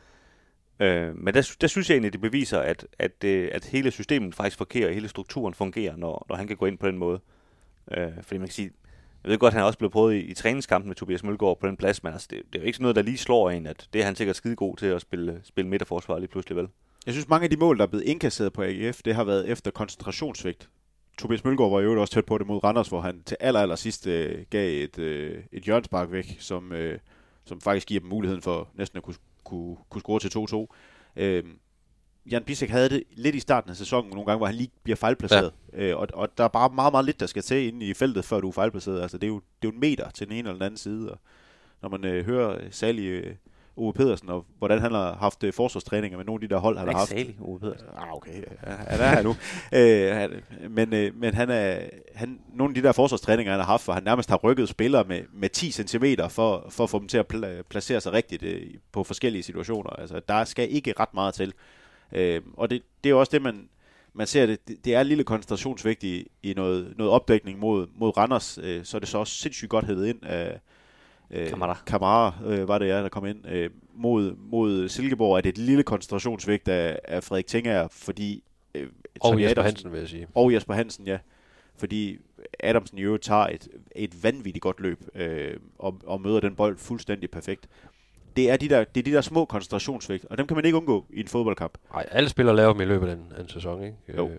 øh, men der, der synes jeg egentlig, det beviser, at, at, at hele systemet faktisk fungerer, hele strukturen fungerer, når, når han kan gå ind på den måde. Øh, fordi man kan sige, jeg ved godt, at han også blev prøvet i, i træningskampen med Tobias Mølgaard på den plads, men altså, det, det er jo ikke sådan noget, der lige slår en, at det er han sikkert skide god til at spille, spille midterforsvar lige pludselig, vel? Jeg synes, mange af de mål, der er blevet indkasseret på A G F, det har været efter koncentrationssvigt. Tobias Mølgaard var jo også tæt på det mod Randers, hvor han til aller, aller sidst øh, gav et, øh, et hjørnespark væk, som, øh, som faktisk giver dem muligheden for næsten at kunne, kunne, kunne score til to to. Øh, Jan Bissek havde det lidt i starten af sæsonen, nogle gange, hvor han lige bliver fejlplaceret. Ja. Øh, og, og der er bare meget, meget lidt, der skal til inde i feltet, før du er fejlplaceret. Altså, det er jo, det er jo en meter til den ene eller den anden side. Og når man øh, hører Sally øh, Ove Pedersen, og hvordan han har haft øh, forsvarstræninger med nogle af de der hold, han har haft. Sally Ove Pedersen. Ah, okay. Ja, han er her nu. øh, han, men øh, men han er, han, nogle af de der forsvarstræninger, han har haft, hvor han nærmest har rykket spillere med, med ti centimeter for, for at få dem til at pl- placere sig rigtigt øh, på forskellige situationer. Altså, der skal ikke ret meget til. Øh, og det, det er jo også det, man, man ser, det, det er en lille koncentrationsvægt i, i noget, noget opdækning mod, mod Randers, øh, så er det så også sindssygt godt hævet ind af øh, Kamara, Kamara øh, var det ja, der kom ind. Øh, mod, mod Silkeborg er det et lille koncentrationsvægt af, af Frederik Tinger, fordi... Øh, og Jesper Adamsen, Hansen, vil jeg sige. Og Jesper Hansen, ja. Fordi Adamsen i øvrigt tager et, et vanvittigt godt løb øh, og, og møder den bold fuldstændig perfekt. Det er, de der, det er de der små koncentrationsvægt, og dem kan man ikke undgå i en fodboldkamp. Nej, alle spillere laver dem i løbet af en, en sæson, ikke? Jo.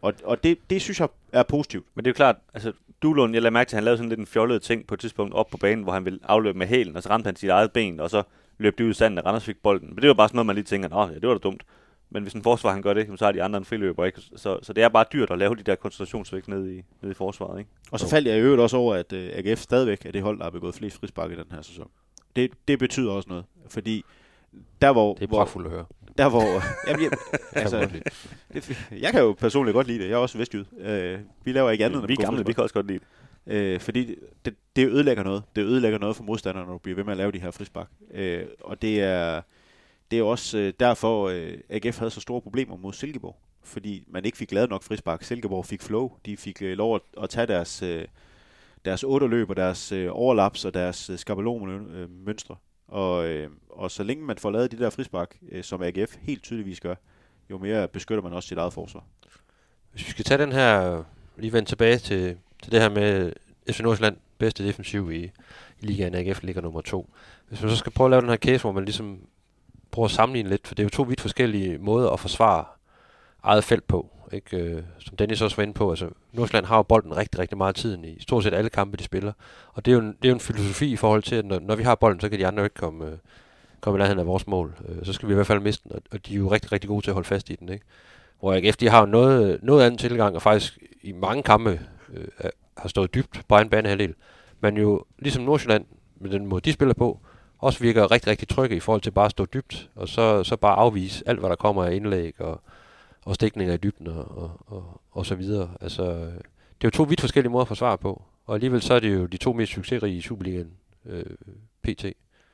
og og det, det synes jeg er positivt. Men det er jo klart, altså Duelund, jeg lader mærke til, at han lavede sådan lidt en fjollet ting på et tidspunkt op på banen, hvor han ville afløbe med hælen, og så ramte han sit eget ben, og så løb det ud i sanden, og Randers fik bolden. Men det var bare sådan noget, man lige tænker, nå, ja, det var da dumt. Men hvis en forsvar han gør det, så har de andre en friløber, ikke? Så, så det er bare dyrt at lave de der koncentrationsvægt ned i, ned i forsvaret, ikke? Og så faldt jeg i øvrigt også over, at uh, A G F stadigvæk er det hold, der har begået flest frispark i den her sæson. Det, det betyder også noget, fordi der hvor... Det er pragtfuldt at høre. Der hvor... Jamen, jeg, altså, det, jeg kan jo personligt godt lide det. Jeg er også vestjyd. Uh, vi laver ikke andet, vi er gamle, vi kan også godt lide det. Uh, fordi det, det ødelægger noget. Det ødelægger noget for modstanderne, når du bliver ved med at lave de her frispark. Uh, og det er... Det er også øh, derfor, øh, A G F havde så store problemer mod Silkeborg. Fordi man ikke fik lavet nok frispark. Silkeborg fik flow. De fik øh, lov at, at tage deres, øh, deres otterløb og deres øh, overlaps og deres øh, skabelonmønstre. Og, øh, og så længe man får lavet de der frispark, øh, som A G F helt tydeligvis gør, jo mere beskytter man også sit eget forsvar. Hvis vi skal tage den her, lige vende tilbage til, til det her med F C Nordsjælland, bedste defensiv i, i ligaen, A G F ligger nummer to. Hvis man så skal prøve at lave den her case, hvor man ligesom prøve at sammenligne lidt, for det er jo to vidt forskellige måder at forsvare eget felt på, ikke? Som Dennis også var inde på, altså Nordsjælland har jo bolden rigtig, rigtig meget tiden i stort set alle kampe, de spiller, og det er jo en, det er jo en filosofi i forhold til, at når, når vi har bolden, så kan de andre ikke komme, komme i nærheden af vores mål, så skal vi i hvert fald miste den, og de er jo rigtig, rigtig gode til at holde fast i den, ikke? Hvor A G F, de har jo noget, noget anden tilgang, og faktisk i mange kampe øh, har stået dybt på egen banehalvdel, men jo ligesom Nordsjælland, med den måde de spiller på, også virker rigtig, rigtig trygge i forhold til bare at stå dybt, og så, så bare afvise alt, hvad der kommer af indlæg og, og stikninger i dybden og, og, og, og så videre. Altså, det er jo to vidt forskellige måder at forsvare på, og alligevel så er det jo de to mest succesrige i Superligaen øh, P T.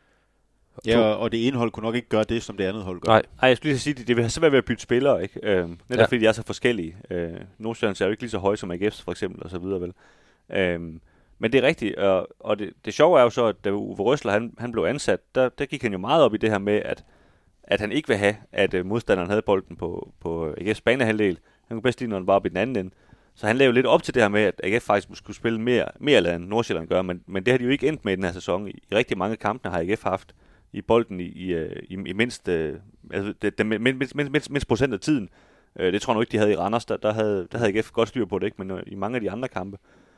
Ja, og det ene hold kunne nok ikke gøre det, som det andet hold gør. Nej, Ej, jeg skulle lige sige, det, det vil så være ved at bytte spillere, ikke? Øh, netop ja. fordi de er så forskellige. Øh, Nordsjælland er jo ikke lige så høje som A G F's for eksempel, og så videre vel. Øh, Men det er rigtigt, og, og det, det sjove er jo så, at da Uwe Røsler han, han blev ansat, der, der gik han jo meget op i det her med, at, at han ikke vil have, at uh, modstanderen havde bolden på, på A G F's banehalvdel. Han kunne bedst lide, når han var oppe i den anden ende. Så han lavede jo lidt op til det her med, at A G F faktisk skulle spille mere, mere end Nordsjælland gør, men, men det har de jo ikke endt med i den her sæson. I, i rigtig mange kampe har A G F haft i bolden i, i, i, i mindst, uh, altså det, det, mindst, mindst, mindst, mindst procent af tiden. Uh, det tror jeg nu ikke, de havde i Randers. Der, der, havde, der havde A G F godt styr på det, ikke? Men uh, i mange af de andre kampe.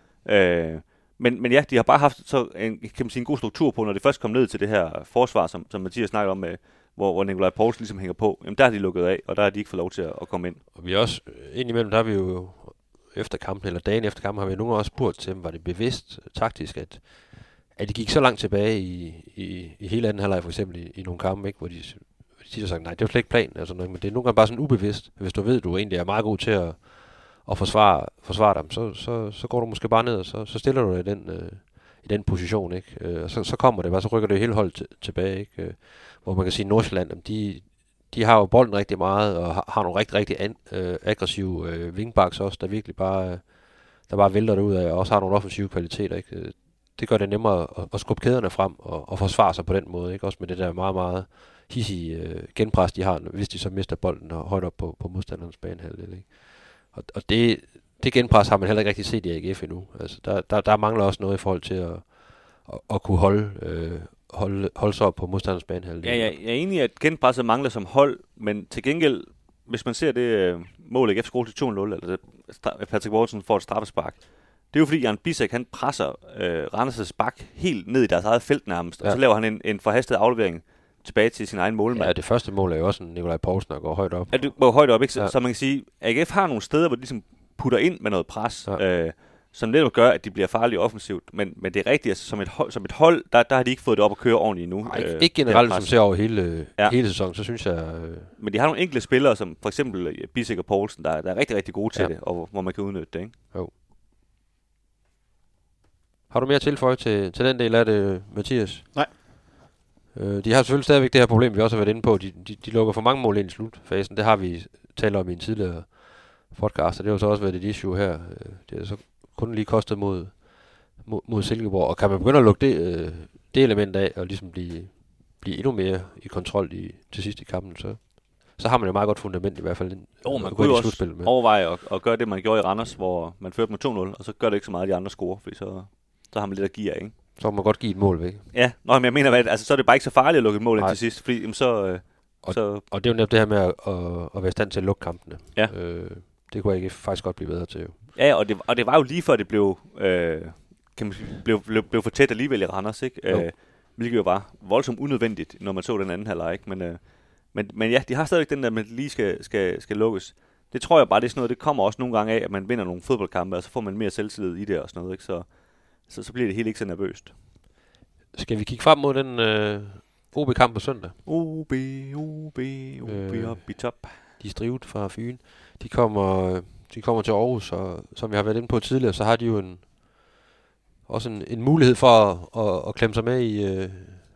Uh, Men, men ja, de har bare haft så en, kan man sige, en god struktur på, når de først kom ned til det her forsvar, som, som Mathias snakker om, med, hvor, hvor Nikolaj Poulsen ligesom hænger på. Jamen der har de lukket af, og der har de ikke fået lov til at, at komme ind. Og vi er også, indimellem der har vi jo efter kampen, eller dagen efter kampen, har vi nogle gange også spurgt til, var det bevidst taktisk, at, at de gik så langt tilbage i, i, i hele anden halvleg for eksempel i, i nogle kampe, ikke, hvor de, de har sagt, nej, det var slet ikke planen, altså, men det er nogle gange bare sådan ubevidst. Hvis du ved, du egentlig er meget god til at og forsvare, forsvare dem, så, så, så går du måske bare ned, og så, så stiller du dig i den, øh, i den position, ikke? Øh, og så, så kommer det bare, så rykker det hele holdet t- tilbage, ikke? Øh, hvor man kan sige, at Nordsjælland, de, de har jo bolden rigtig meget, og har, har nogle rigtig, rigtig an, øh, aggressive øh, wingbacks også, der virkelig bare, øh, der bare vælter det ud af, og også har nogle offensive kvaliteter, ikke? Det gør det nemmere at, at skubbe kæderne frem, og, og forsvare sig på den måde, ikke? Også med det der meget, meget hissige øh, genpres, de har, hvis de så mister bolden og højt op på, på modstanderens banehalvdel, ikke? Og, og det, det genpres har man heller ikke rigtig set i A G F endnu. Altså, der, der, der mangler også noget i forhold til at, at, at kunne holde, øh, holde, holde sig op på modstanders banehalvdel. Ja, jeg, jeg er enig i, at genpresset mangler som hold, men til gengæld, hvis man ser det øh, mål, A G F scorer til to nul, eller det, Patrick Mortensen får et straffespark, det er jo fordi, Jan Bisek, han presser øh, Randers' bak helt ned i deres eget felt nærmest, ja. Og så laver han en, en forhastet aflevering tilbage til sin egen målmand. Ja, det første mål er jo også en Nikolaj Poulsen, der går højt op. Ja, det går højt op, ikke? Så, ja. så man kan sige, at A G F har nogle steder, hvor de ligesom putter ind med noget pres, ja. øh, som netop gør, at de bliver farlige offensivt. Men, men det er rigtigt, altså, som, et hold, som et hold, der, der har de ikke fået det op at køre ordentligt endnu. Nej, ikke, øh, ikke generelt, som ser over hele, ja. hele sæsonen, så synes jeg... Øh... Men de har nogle enkelte spillere, som for eksempel Bisek og Poulsen, der, der er rigtig, rigtig gode til ja. det, og hvor man kan udnytte det, ikke? Jo. Har du mere tilføje til, til den del af det, Mathias? Nej. Øh, de har selvfølgelig stadigvæk det her problem, vi også har været inde på. De, de, de lukker for mange mål ind i slutfasen. Det har vi talt om i en tidligere podcast, og det har så også været et issue her. Det har så kun lige kostet mod, mod, mod Silkeborg. Og kan man begynde at lukke det, øh, det element af, og ligesom blive, blive endnu mere i kontrol i, til sidst i kampen, så, så har man jo meget godt fundament i hvert fald. Jo, man kunne jo også med. overveje at, at gøre det, man gjorde i Randers, hvor man førte med to nul, og så gør det ikke så meget, de andre scorer, fordi så, så har man lidt at give af, ikke? Så må man godt give et mål væk. Ja, nå, men jeg mener, at, altså, så er det bare ikke så farligt at lukke et mål ind til sidst, fordi jamen, så, øh, og, så... Og det er jo netop det her med at, at, at være i stand til at lukke kampene. Ja. Øh, det kunne A G F faktisk godt blive bedre til. Jo. Ja, og det, og det var jo lige før det blev, øh, kan man sige, blev, blev, blev for tæt alligevel i Randers, ikke? Øh, hvilket jo var voldsomt unødvendigt, når man så den anden halvleg, ikke? Men, øh, men, men ja, de har stadigvæk den der, med lige skal, skal, skal lukkes. Det tror jeg bare, det er sådan noget, det kommer også nogle gange af, at man vinder nogle fodboldkampe, og så får man mere selvtillid i det og sådan noget, ikke? Så, så, så bliver det helt ikke så nervøst. Skal vi kigge frem mod den øh, O B-kamp på søndag? O B, O B, O B øh, op i top. De er strivet fra Fyn. De kommer, de kommer til Aarhus, og som vi har været inde på tidligere, så har de jo en, også en, en mulighed for at, at, at klemme sig med i, øh,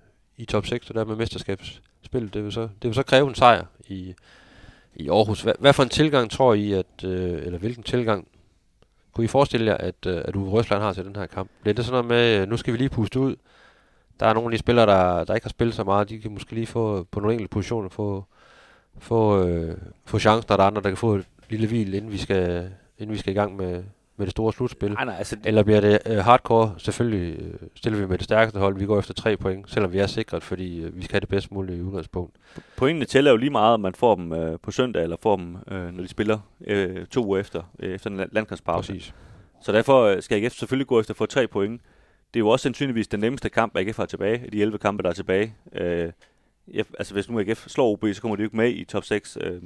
i top seks, og der med mesterskabsspillet. Det vil så, det vil så kræve en sejr i, i Aarhus. Hvad, hvad for en tilgang tror I, at, øh, eller hvilken tilgang kunne I forestille jer, at, øh, at Uwe Røsland har til den her kamp? Bliver det sådan noget med, nu skal vi lige puste ud? Der er nogle af de spillere, der, der ikke har spillet så meget. De kan måske lige få på nogle enkelte positioner få, få, øh, få chancen, og der er andre, der kan få et lille hvil, inden vi skal, inden vi skal i gang med, med det store slutspil. Nej, nej, altså, eller bliver det øh, hardcore? Selvfølgelig øh, stiller vi med det stærkeste hold. Vi går efter tre point, selvom vi er sikret, fordi øh, vi skal have det bedst mulige udgangspunkt. Pointene tæller jo lige meget, om man får dem øh, på søndag, eller får dem, øh, når de spiller øh, to uger efter, øh, efter en landskampspause. Præcis. Så derfor øh, skal A G F selvfølgelig gå efter at få tre point. Det er jo også sandsynligvis den nemmeste kamp, A G F har tilbage, de elleve kampe, der er tilbage. Øh, ja, altså hvis nu A G F slår O B, så kommer de jo ikke med i top seks. Øh,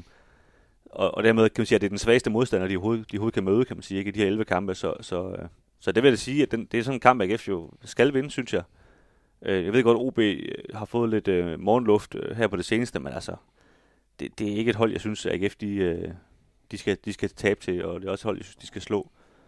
og, og dermed kan man sige, at det er den svageste modstander, de overhovedet, de overhovedet kan møde, kan man sige, ikke, i de her elleve kampe. Så, så, øh, så det vil jeg sige, at den, det er sådan en kamp, A G F jo skal vinde, synes jeg. Øh, jeg ved godt, at O B har fået lidt øh, morgenluft øh, her på det seneste, men altså, det, det er ikke et hold, jeg synes, at A G F de, øh, de, skal, de skal tabe til, og det er også et hold, jeg synes, de skal slå.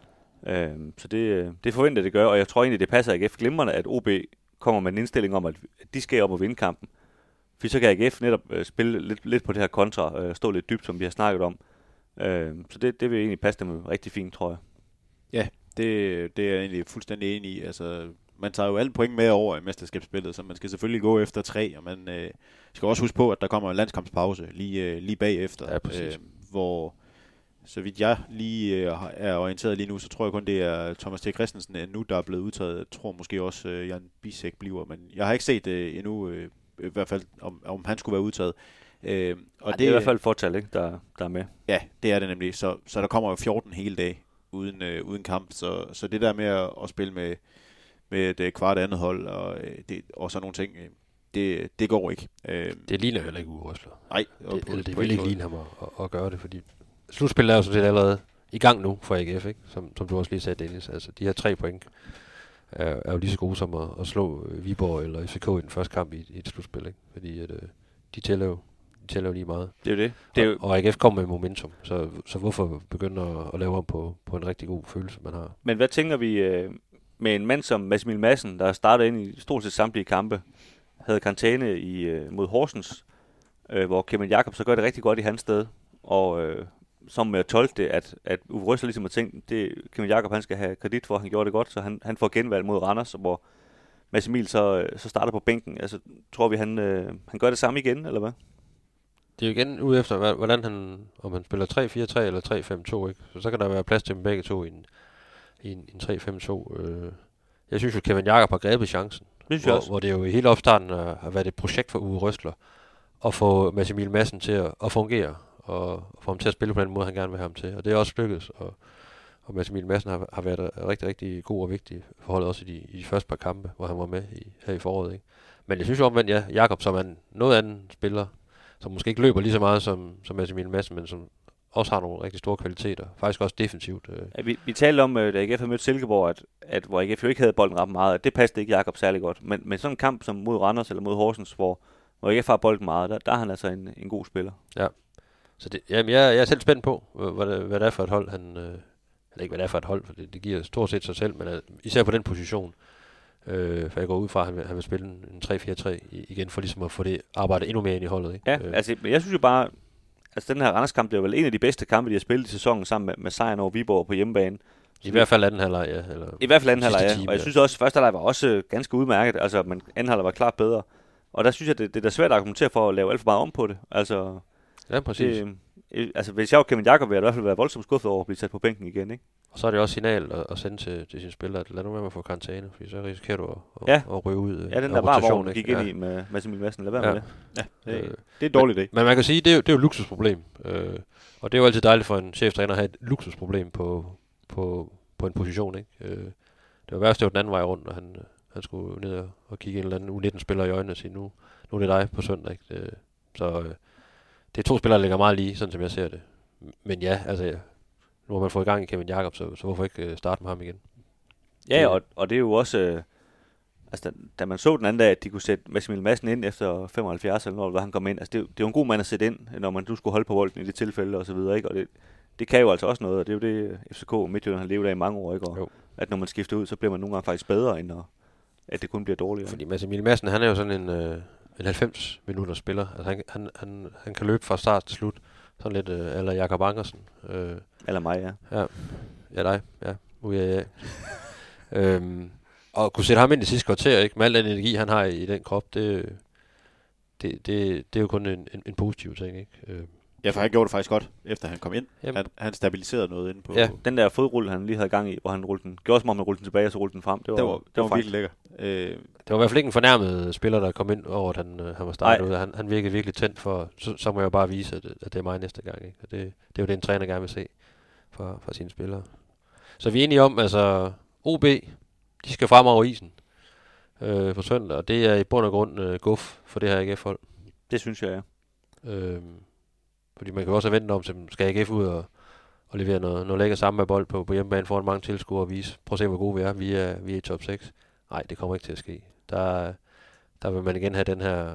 Øhm, så det, det forventer det gør, og jeg tror egentlig, det passer A G F glimrende, at O B kommer med en indstilling om, at de skal op og vinde kampen. For så kan A G F netop øh, spille lidt, lidt på det her kontra, øh, stå lidt dybt, som vi har snakket om. Øhm, så det, det vil egentlig passe dem rigtig fint, tror jeg. Ja, det, det er jeg egentlig fuldstændig enig i. Altså, man tager jo alle point med over i mesterskabsspillet, så man skal selvfølgelig gå efter tre, og man øh, skal også huske på, at der kommer en landskampspause lige, øh, lige bagefter, ja, præcis. øh, hvor... Så vidt jeg lige øh, er orienteret lige nu, så tror jeg kun, det er Thomas T. Christensen nu, der er blevet udtaget. Jeg tror måske også, øh, Jan Bisek bliver, men jeg har ikke set øh, endnu, øh, i hvert fald, om, om han skulle være udtaget. Øh, og Ej, det, det er i hvert fald et fortal, ikke, der, der er med. Ja, det er det nemlig. Så, så der kommer jo fjorten hele dage uden, øh, uden kamp. Så, så det der med at, at spille med, med et kvart andet hold og, det, og sådan nogle ting, det, det går ikke. Øh, det ligner heller ikke Uwe Røsler. Nej. Det, eller det vil ikke ligne ham at, at, at gøre det, fordi slutspillet er jo sådan set allerede i gang nu for A G F, ikke? Som, som du også lige sagde, Dennis. Altså, de her tre point er, er jo lige så gode som at, at slå Viborg eller F C K i den første kamp i, i et slutspil, ikke? Fordi at, øh, de, tæller jo, de tæller jo lige meget. Det er jo det. det er jo... Og, og A G F kommer med momentum, så, så hvorfor begynde at, at lave om på, på en rigtig god følelse, man har? Men hvad tænker vi øh, med en mand som Mads Emil Madsen, der startede ind i stort set samtlige kampe, havde karantæne i, øh, mod Horsens, øh, hvor Kevin Jakob så gør det rigtig godt i hans sted, og... Øh, som med at tolke det, at, at Uwe Røsler ligesom har tænkt, det Kevin Jakob, han skal have kredit for, han gjorde det godt, så han, han får genvalg mod Randers, hvor Mads Emil så, så starter på bænken. Altså, tror vi, han, øh, han gør det samme igen, eller hvad? Det er jo igen ude efter, hvordan han, om han spiller tre fire tre eller tre fem to, ikke? Så, så kan der være plads til dem begge to i en, i en, en tre fem to. Øh. Jeg synes jo, Kevin Jakob har grebet chancen, hvor, hvor det jo i hele opstarten har, har været et projekt for Uwe Røsler, at få Mads Emil Madsen til at, at fungere, og få ham til at spille på den måde, han gerne vil have ham til. Og det er også lykkedes, og, og Mads Emil Madsen har, har været rigtig, rigtig god og vigtig forhold også i de, i de første par kampe, hvor han var med i, her i foråret. Ikke? Men jeg synes jo omvendt, ja, Jakob som er en noget anden spiller, som måske ikke løber lige så meget som, som Mads Emil Madsen, men som også har nogle rigtig store kvaliteter. Faktisk også defensivt. Øh. Ja, vi, vi talte om, da A G F havde mødt Silkeborg, at, at hvor A G F jo ikke havde bolden ret meget, at det passede ikke Jakob særlig godt. Men, men sådan en kamp som mod Randers eller mod Horsens, hvor, hvor A G F har bolden meget, der, der er han altså en, en god spiller. Ja. Så det, jamen jeg, jeg er selv spændt på, hvad det, hvad det er for et hold, han... Øh, eller ikke, hvad det er for et hold, for det, det giver stort set sig selv, men uh, især på den position. Øh, for jeg går ud fra, at han vil, han vil spille en tre fire tre igen, for ligesom at få det arbejdet endnu mere ind i holdet. Ikke? Ja, øh. altså jeg synes jo bare... Altså den her Randers-kamp, det er vel en af de bedste kampe, de har spillet i sæsonen, sammen med, med sejren over Viborg på hjemmebane. I hvert fald anden halvleg, ja. Eller I hvert fald anden halvleg, ja. Time, og jeg ja. synes også, at første halvleg var også ganske udmærket. Altså, men anden halvleg var klart bedre. Og der synes jeg, det, det er da svært at argumentere for at lave alt for meget om på det. Altså, Ja, præcis. Det, øh, altså, hvis jeg var Kevin Jakob, ville jeg i hvert fald være voldsomt skuffet over at blive sat på bænken igen, ikke? Og så er det også signal at, at sende til, til sine spillere, at lad nu være med at få karantæne, fordi så risikerer du at, at, ja. at ryge ud. Ja, den der bare vogn, du gik ind ja. i med Mads Emil Madsen. Lad være ja. med det. Ja, det, øh, det er et dårligt men, idé. Men man kan sige, det er, det er jo et luksusproblem. Øh, og det er jo altid dejligt for en cheftræner at have et luksusproblem på, på, på en position, ikke? Øh, det var værst, det var den anden vej rundt, og han, han skulle ned og, og kigge en eller anden U nitten-spiller i øjnene og sige, nu, nu er det dig på søndag, ikke? Det, så øh, det er to spillere, der ligger meget lige, sådan som jeg ser det. Men ja, altså, nu har man fået i gang i Kevin Jakob, så, så hvorfor ikke øh, starte med ham igen? Ja, og, og det er jo også... Øh, altså, da, da man så den anden dag, at de kunne sætte Mads Emil Madsen ind efter femoghalvfjerds, eller når han kom ind, altså, det, det er jo en god mand at sætte ind, når man du skulle holde på bolden i det tilfælde, og så videre, ikke? Og det, det kan jo altså også noget, og det er jo det, F C K og Midtjylland har levet af i mange år, ikke? Og jo. At når man skifter ud, så bliver man nogle gange faktisk bedre, end når, at det kun bliver dårligere. Fordi Mads Emil Madsen, han er jo sådan en, øh, en halvfems minutter spiller. Altså, han, han, han, han kan løbe fra start til slut. Sådan lidt øh, eller Jakob Ankersen. Øh, eller mig, ja. Ja, ja dig. Ja, U A A. øhm, og kunne sætte ham ind i sidste kvarter, ikke? Med al den energi, han har i, i den krop, det, det, det, det er jo kun en, en, en positiv ting, ikke? Øh. Ja, for han gjorde det faktisk godt, efter han kom ind. Jamen. Han, han stabiliserede noget inde på... Ja, den der fodrulle, han lige havde gang i, hvor han rullede den, gjorde som om han rullede den tilbage, og så rullede den frem. Det var, det var, det det var, var virkelig lækker. Øh, det var i hvert fald ikke en fornærmet spiller, der kom ind over, at han, øh, han var startet ud. Han, han virkede virkelig tændt for, så, så må jeg bare vise, at, at det er mig næste gang, ikke? Og det, det er jo det, en træner gerne vil se fra, fra sine spillere. Så vi er enige om, altså O B, de skal frem over isen øh, på søndag, og det er i bund og grund øh, guf for det her A G F-hold. Det synes jeg, ja. Øh, fordi man kan jo også vente om, så skal A G F ud og, og levere noget, noget lækker sammen med bold på, på hjemmebane foran mange tilskuere og vise, prøv at se, hvor gode vi er, vi er, vi er i top seks. Nej, det kommer ikke til at ske. Der, der vil man igen have den her,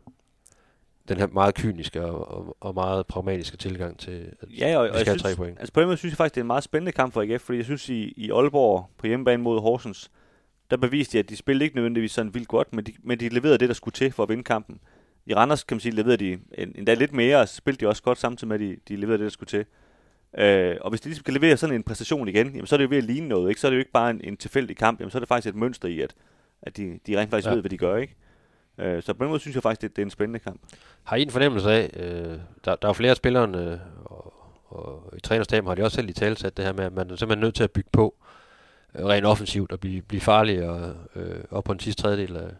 den her meget kyniske og, og, og meget pragmatiske tilgang til, at ja, og, vi og skal have synes, tre point. Altså på den måde synes jeg faktisk, det er en meget spændende kamp for A G F, fordi jeg synes, i, i Aalborg på hjemmebane mod Horsens, der beviste de, at de spillede ikke nødvendigvis sådan vildt godt, men de, men de leverede det, der skulle til for at vinde kampen. I Randers, kan man sige, leverede de endda lidt mere, og så spillede de også godt samtidig med, at de, de leverede det, der skulle til. Øh, og hvis de ligesom skal levere sådan en præstation igen, jamen, så er det jo ved at ligne noget, ikke? Så er det jo ikke bare en, en tilfældig kamp, jamen, så er det faktisk et mønster i, at, at de, de rent faktisk ja. ved, hvad de gør, ikke? Øh, så på den måde synes jeg faktisk, det, det er en spændende kamp. Har I en fornemmelse af, øh, der, der er flere af spillerne, øh, og, og i trænerstaben har de også selv i talesat det her med, at man er simpelthen nødt til at bygge på øh, rent offensivt og blive, blive farlig og øh, op på den sidste tredjedel af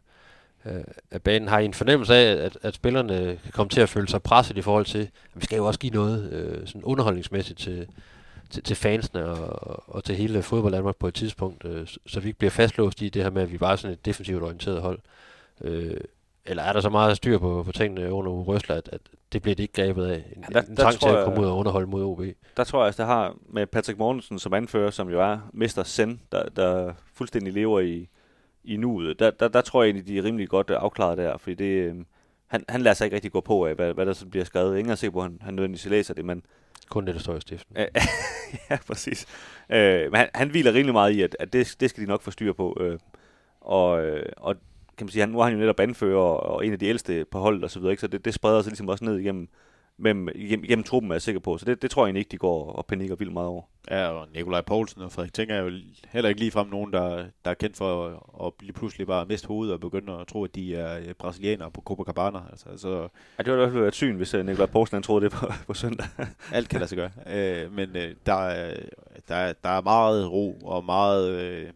af banen. Har I en fornemmelse af, at, at spillerne kan komme til at føle sig presset i forhold til, at vi skal jo også give noget øh, sådan underholdningsmæssigt til, til, til fansene og, og til hele fodbold Danmark på et tidspunkt, øh, så vi ikke bliver fastlåst i det her med, at vi bare er sådan et defensivt orienteret hold. Øh, eller er der så meget styr på, på tingene under Uwe Rösler, at, at det bliver det ikke grebet af? En, ja, der, en trang til at komme ud og underholde mod O B. Der tror jeg, at det har med Patrick Mortensen som anfører, som jo er mester Zen, der, der fuldstændig lever i i nuet, der, der, der tror jeg egentlig, de er rimelig godt afklaret der, fordi det, øh, han, han lader sig ikke rigtig gå på af, hvad, hvad der så bliver skrevet. Ingen at se på, han, han nødvendigvis læser det, men... Kun det, der står i stiften. Ja, præcis. Øh, men han, han hviler rimelig meget i, at, at det, det skal de nok få styr på. Øh, og, øh, og kan man sige, han, nu er han jo netop anfører, og, og en af de ældste på holdet og så videre, ikke? Så det, det spreder sig ligesom også ned igennem, mellem, igennem, igennem truppen, er jeg sikker på. Så det, det tror jeg egentlig ikke, de går og panikker vildt meget over. Ja, og Nikolaj Poulsen og Frederik Tænker er jo heller ikke ligefrem nogen, der, der er kendt for at, at blive pludselig bare miste hovedet og begynde at tro, at de er brasilianere på Copacabana. Altså, altså, ja, det var i hvert fald et syn, hvis Nikolaj Poulsen han troede det på, på søndag. Alt kan lade sig gøre. Øh, men øh, der, er, der, er, der er meget ro og meget øh,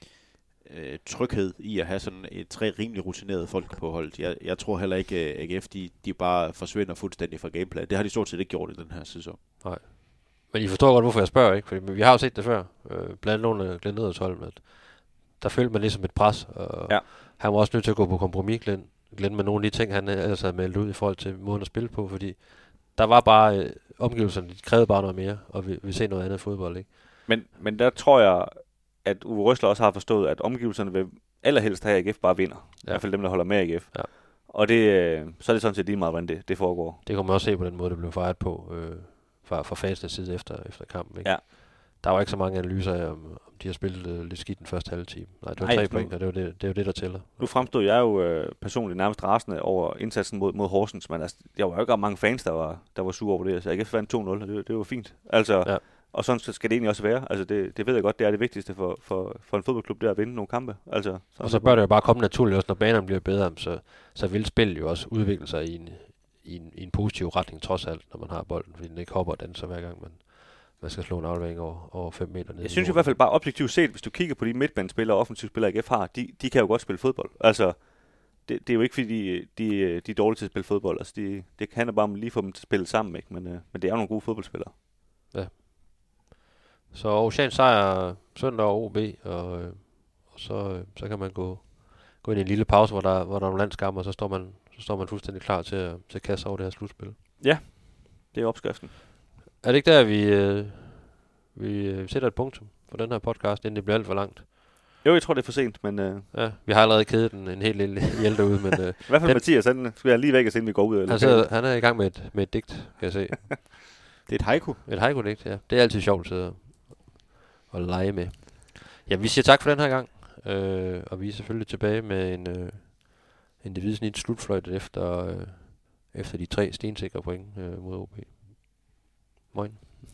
øh, tryghed i at have sådan et tre rimelig rutinerede folk på holdet. Jeg, jeg tror heller ikke, at A G F de, de bare forsvinder fuldstændig fra gameplan. Det har de stort set ikke gjort i den her sæson. Nej. Men I forstår godt, hvorfor jeg spørger, ikke? Fordi vi har jo set det før, øh, blandt nogle af Glenn Nedersholm, at der følte man ligesom et pres, og ja. Han var også nødt til at gå på kompromis, Glenn, Glenn med nogle af de ting, han ellers havde meldt ud i forhold til måden at spille på, fordi der var bare øh, omgivelserne, de krævede bare noget mere, og vi vil se noget andet fodbold, ikke? Men, men der tror jeg, at Uwe Rösler også har forstået, at omgivelserne vil allerhelst have, at A G F bare vinder. Ja. I hvert fald dem, der holder med A G F. Ja. Og det, øh, så er det sådan set lige meget, hvordan det, det foregår. Det kan man også se på den måde, det blev fejret på øh, fra, fra fansens side efter, efter kampen, ikke? Ja. Der var ikke så mange analyser af, om, om de har spillet øh, lidt skidt den første halve time. Nej, det var Ej, tre point, og det var det, det, var det, der tæller. Nu fremstod jeg jo øh, personligt nærmest rasende over indsatsen mod, mod Horsens, men altså, jeg var jo ikke mange fans, der var, der var sure over det. Så A G F vandt to nul, og det, det var fint. Altså, ja. Og sådan skal det egentlig også være. Altså, det, det ved jeg godt, det er det vigtigste for, for, for en fodboldklub, det er at vinde nogle kampe. Altså, og så bør det jo bare komme naturligt også, når banerne bliver bedre, så, så vil spillet jo også udvikle sig i en, i en, i en positiv retning trods alt, når man har bolden, fordi den ikke hopper og danser hver gang, man, man skal slå en aflevering over, over fem meter ned. Jeg synes i hvert fald bare objektivt set, hvis du kigger på de midtbanespillere og offensivspillere, I G F har, de, de kan jo godt spille fodbold. Altså, det, det er jo ikke fordi, de, de, de er dårlige til at spille fodbold. Altså, de, det handler bare om lige få dem til at spille sammen, ikke? Men, øh, men det er jo nogle gode fodboldspillere. Ja. Så Aarhusians sejr søndag over O B, og, øh, og så, øh, så kan man gå, gå ind i en lille pause, hvor der, hvor der er nogle landskampe, og så står man, så står man fuldstændig klar til at, til at kaste over det her slutspil. Ja, det er opskriften. Er det ikke der, vi, øh, vi øh, sætter et punktum for den her podcast, inden det bliver alt for langt? Jo, jeg tror, det er for sent, men... Øh, Ja, vi har allerede kædet den en hel lille hjælp derude, men... Øh, I hvert fald den, Mathias, han skal være lige væk, inden vi går ud. han, sidder, han er i gang med et, med et digt, kan jeg se. Det er et haiku. Et haiku-digt, ja. Det er altid sjovt at sidde og lege med. Ja, vi siger tak for den her gang, øh, og vi er selvfølgelig tilbage med en, øh, en dividsnit slutfløjtet efter, øh, efter de tre stensikre point øh, mod O B. Moin.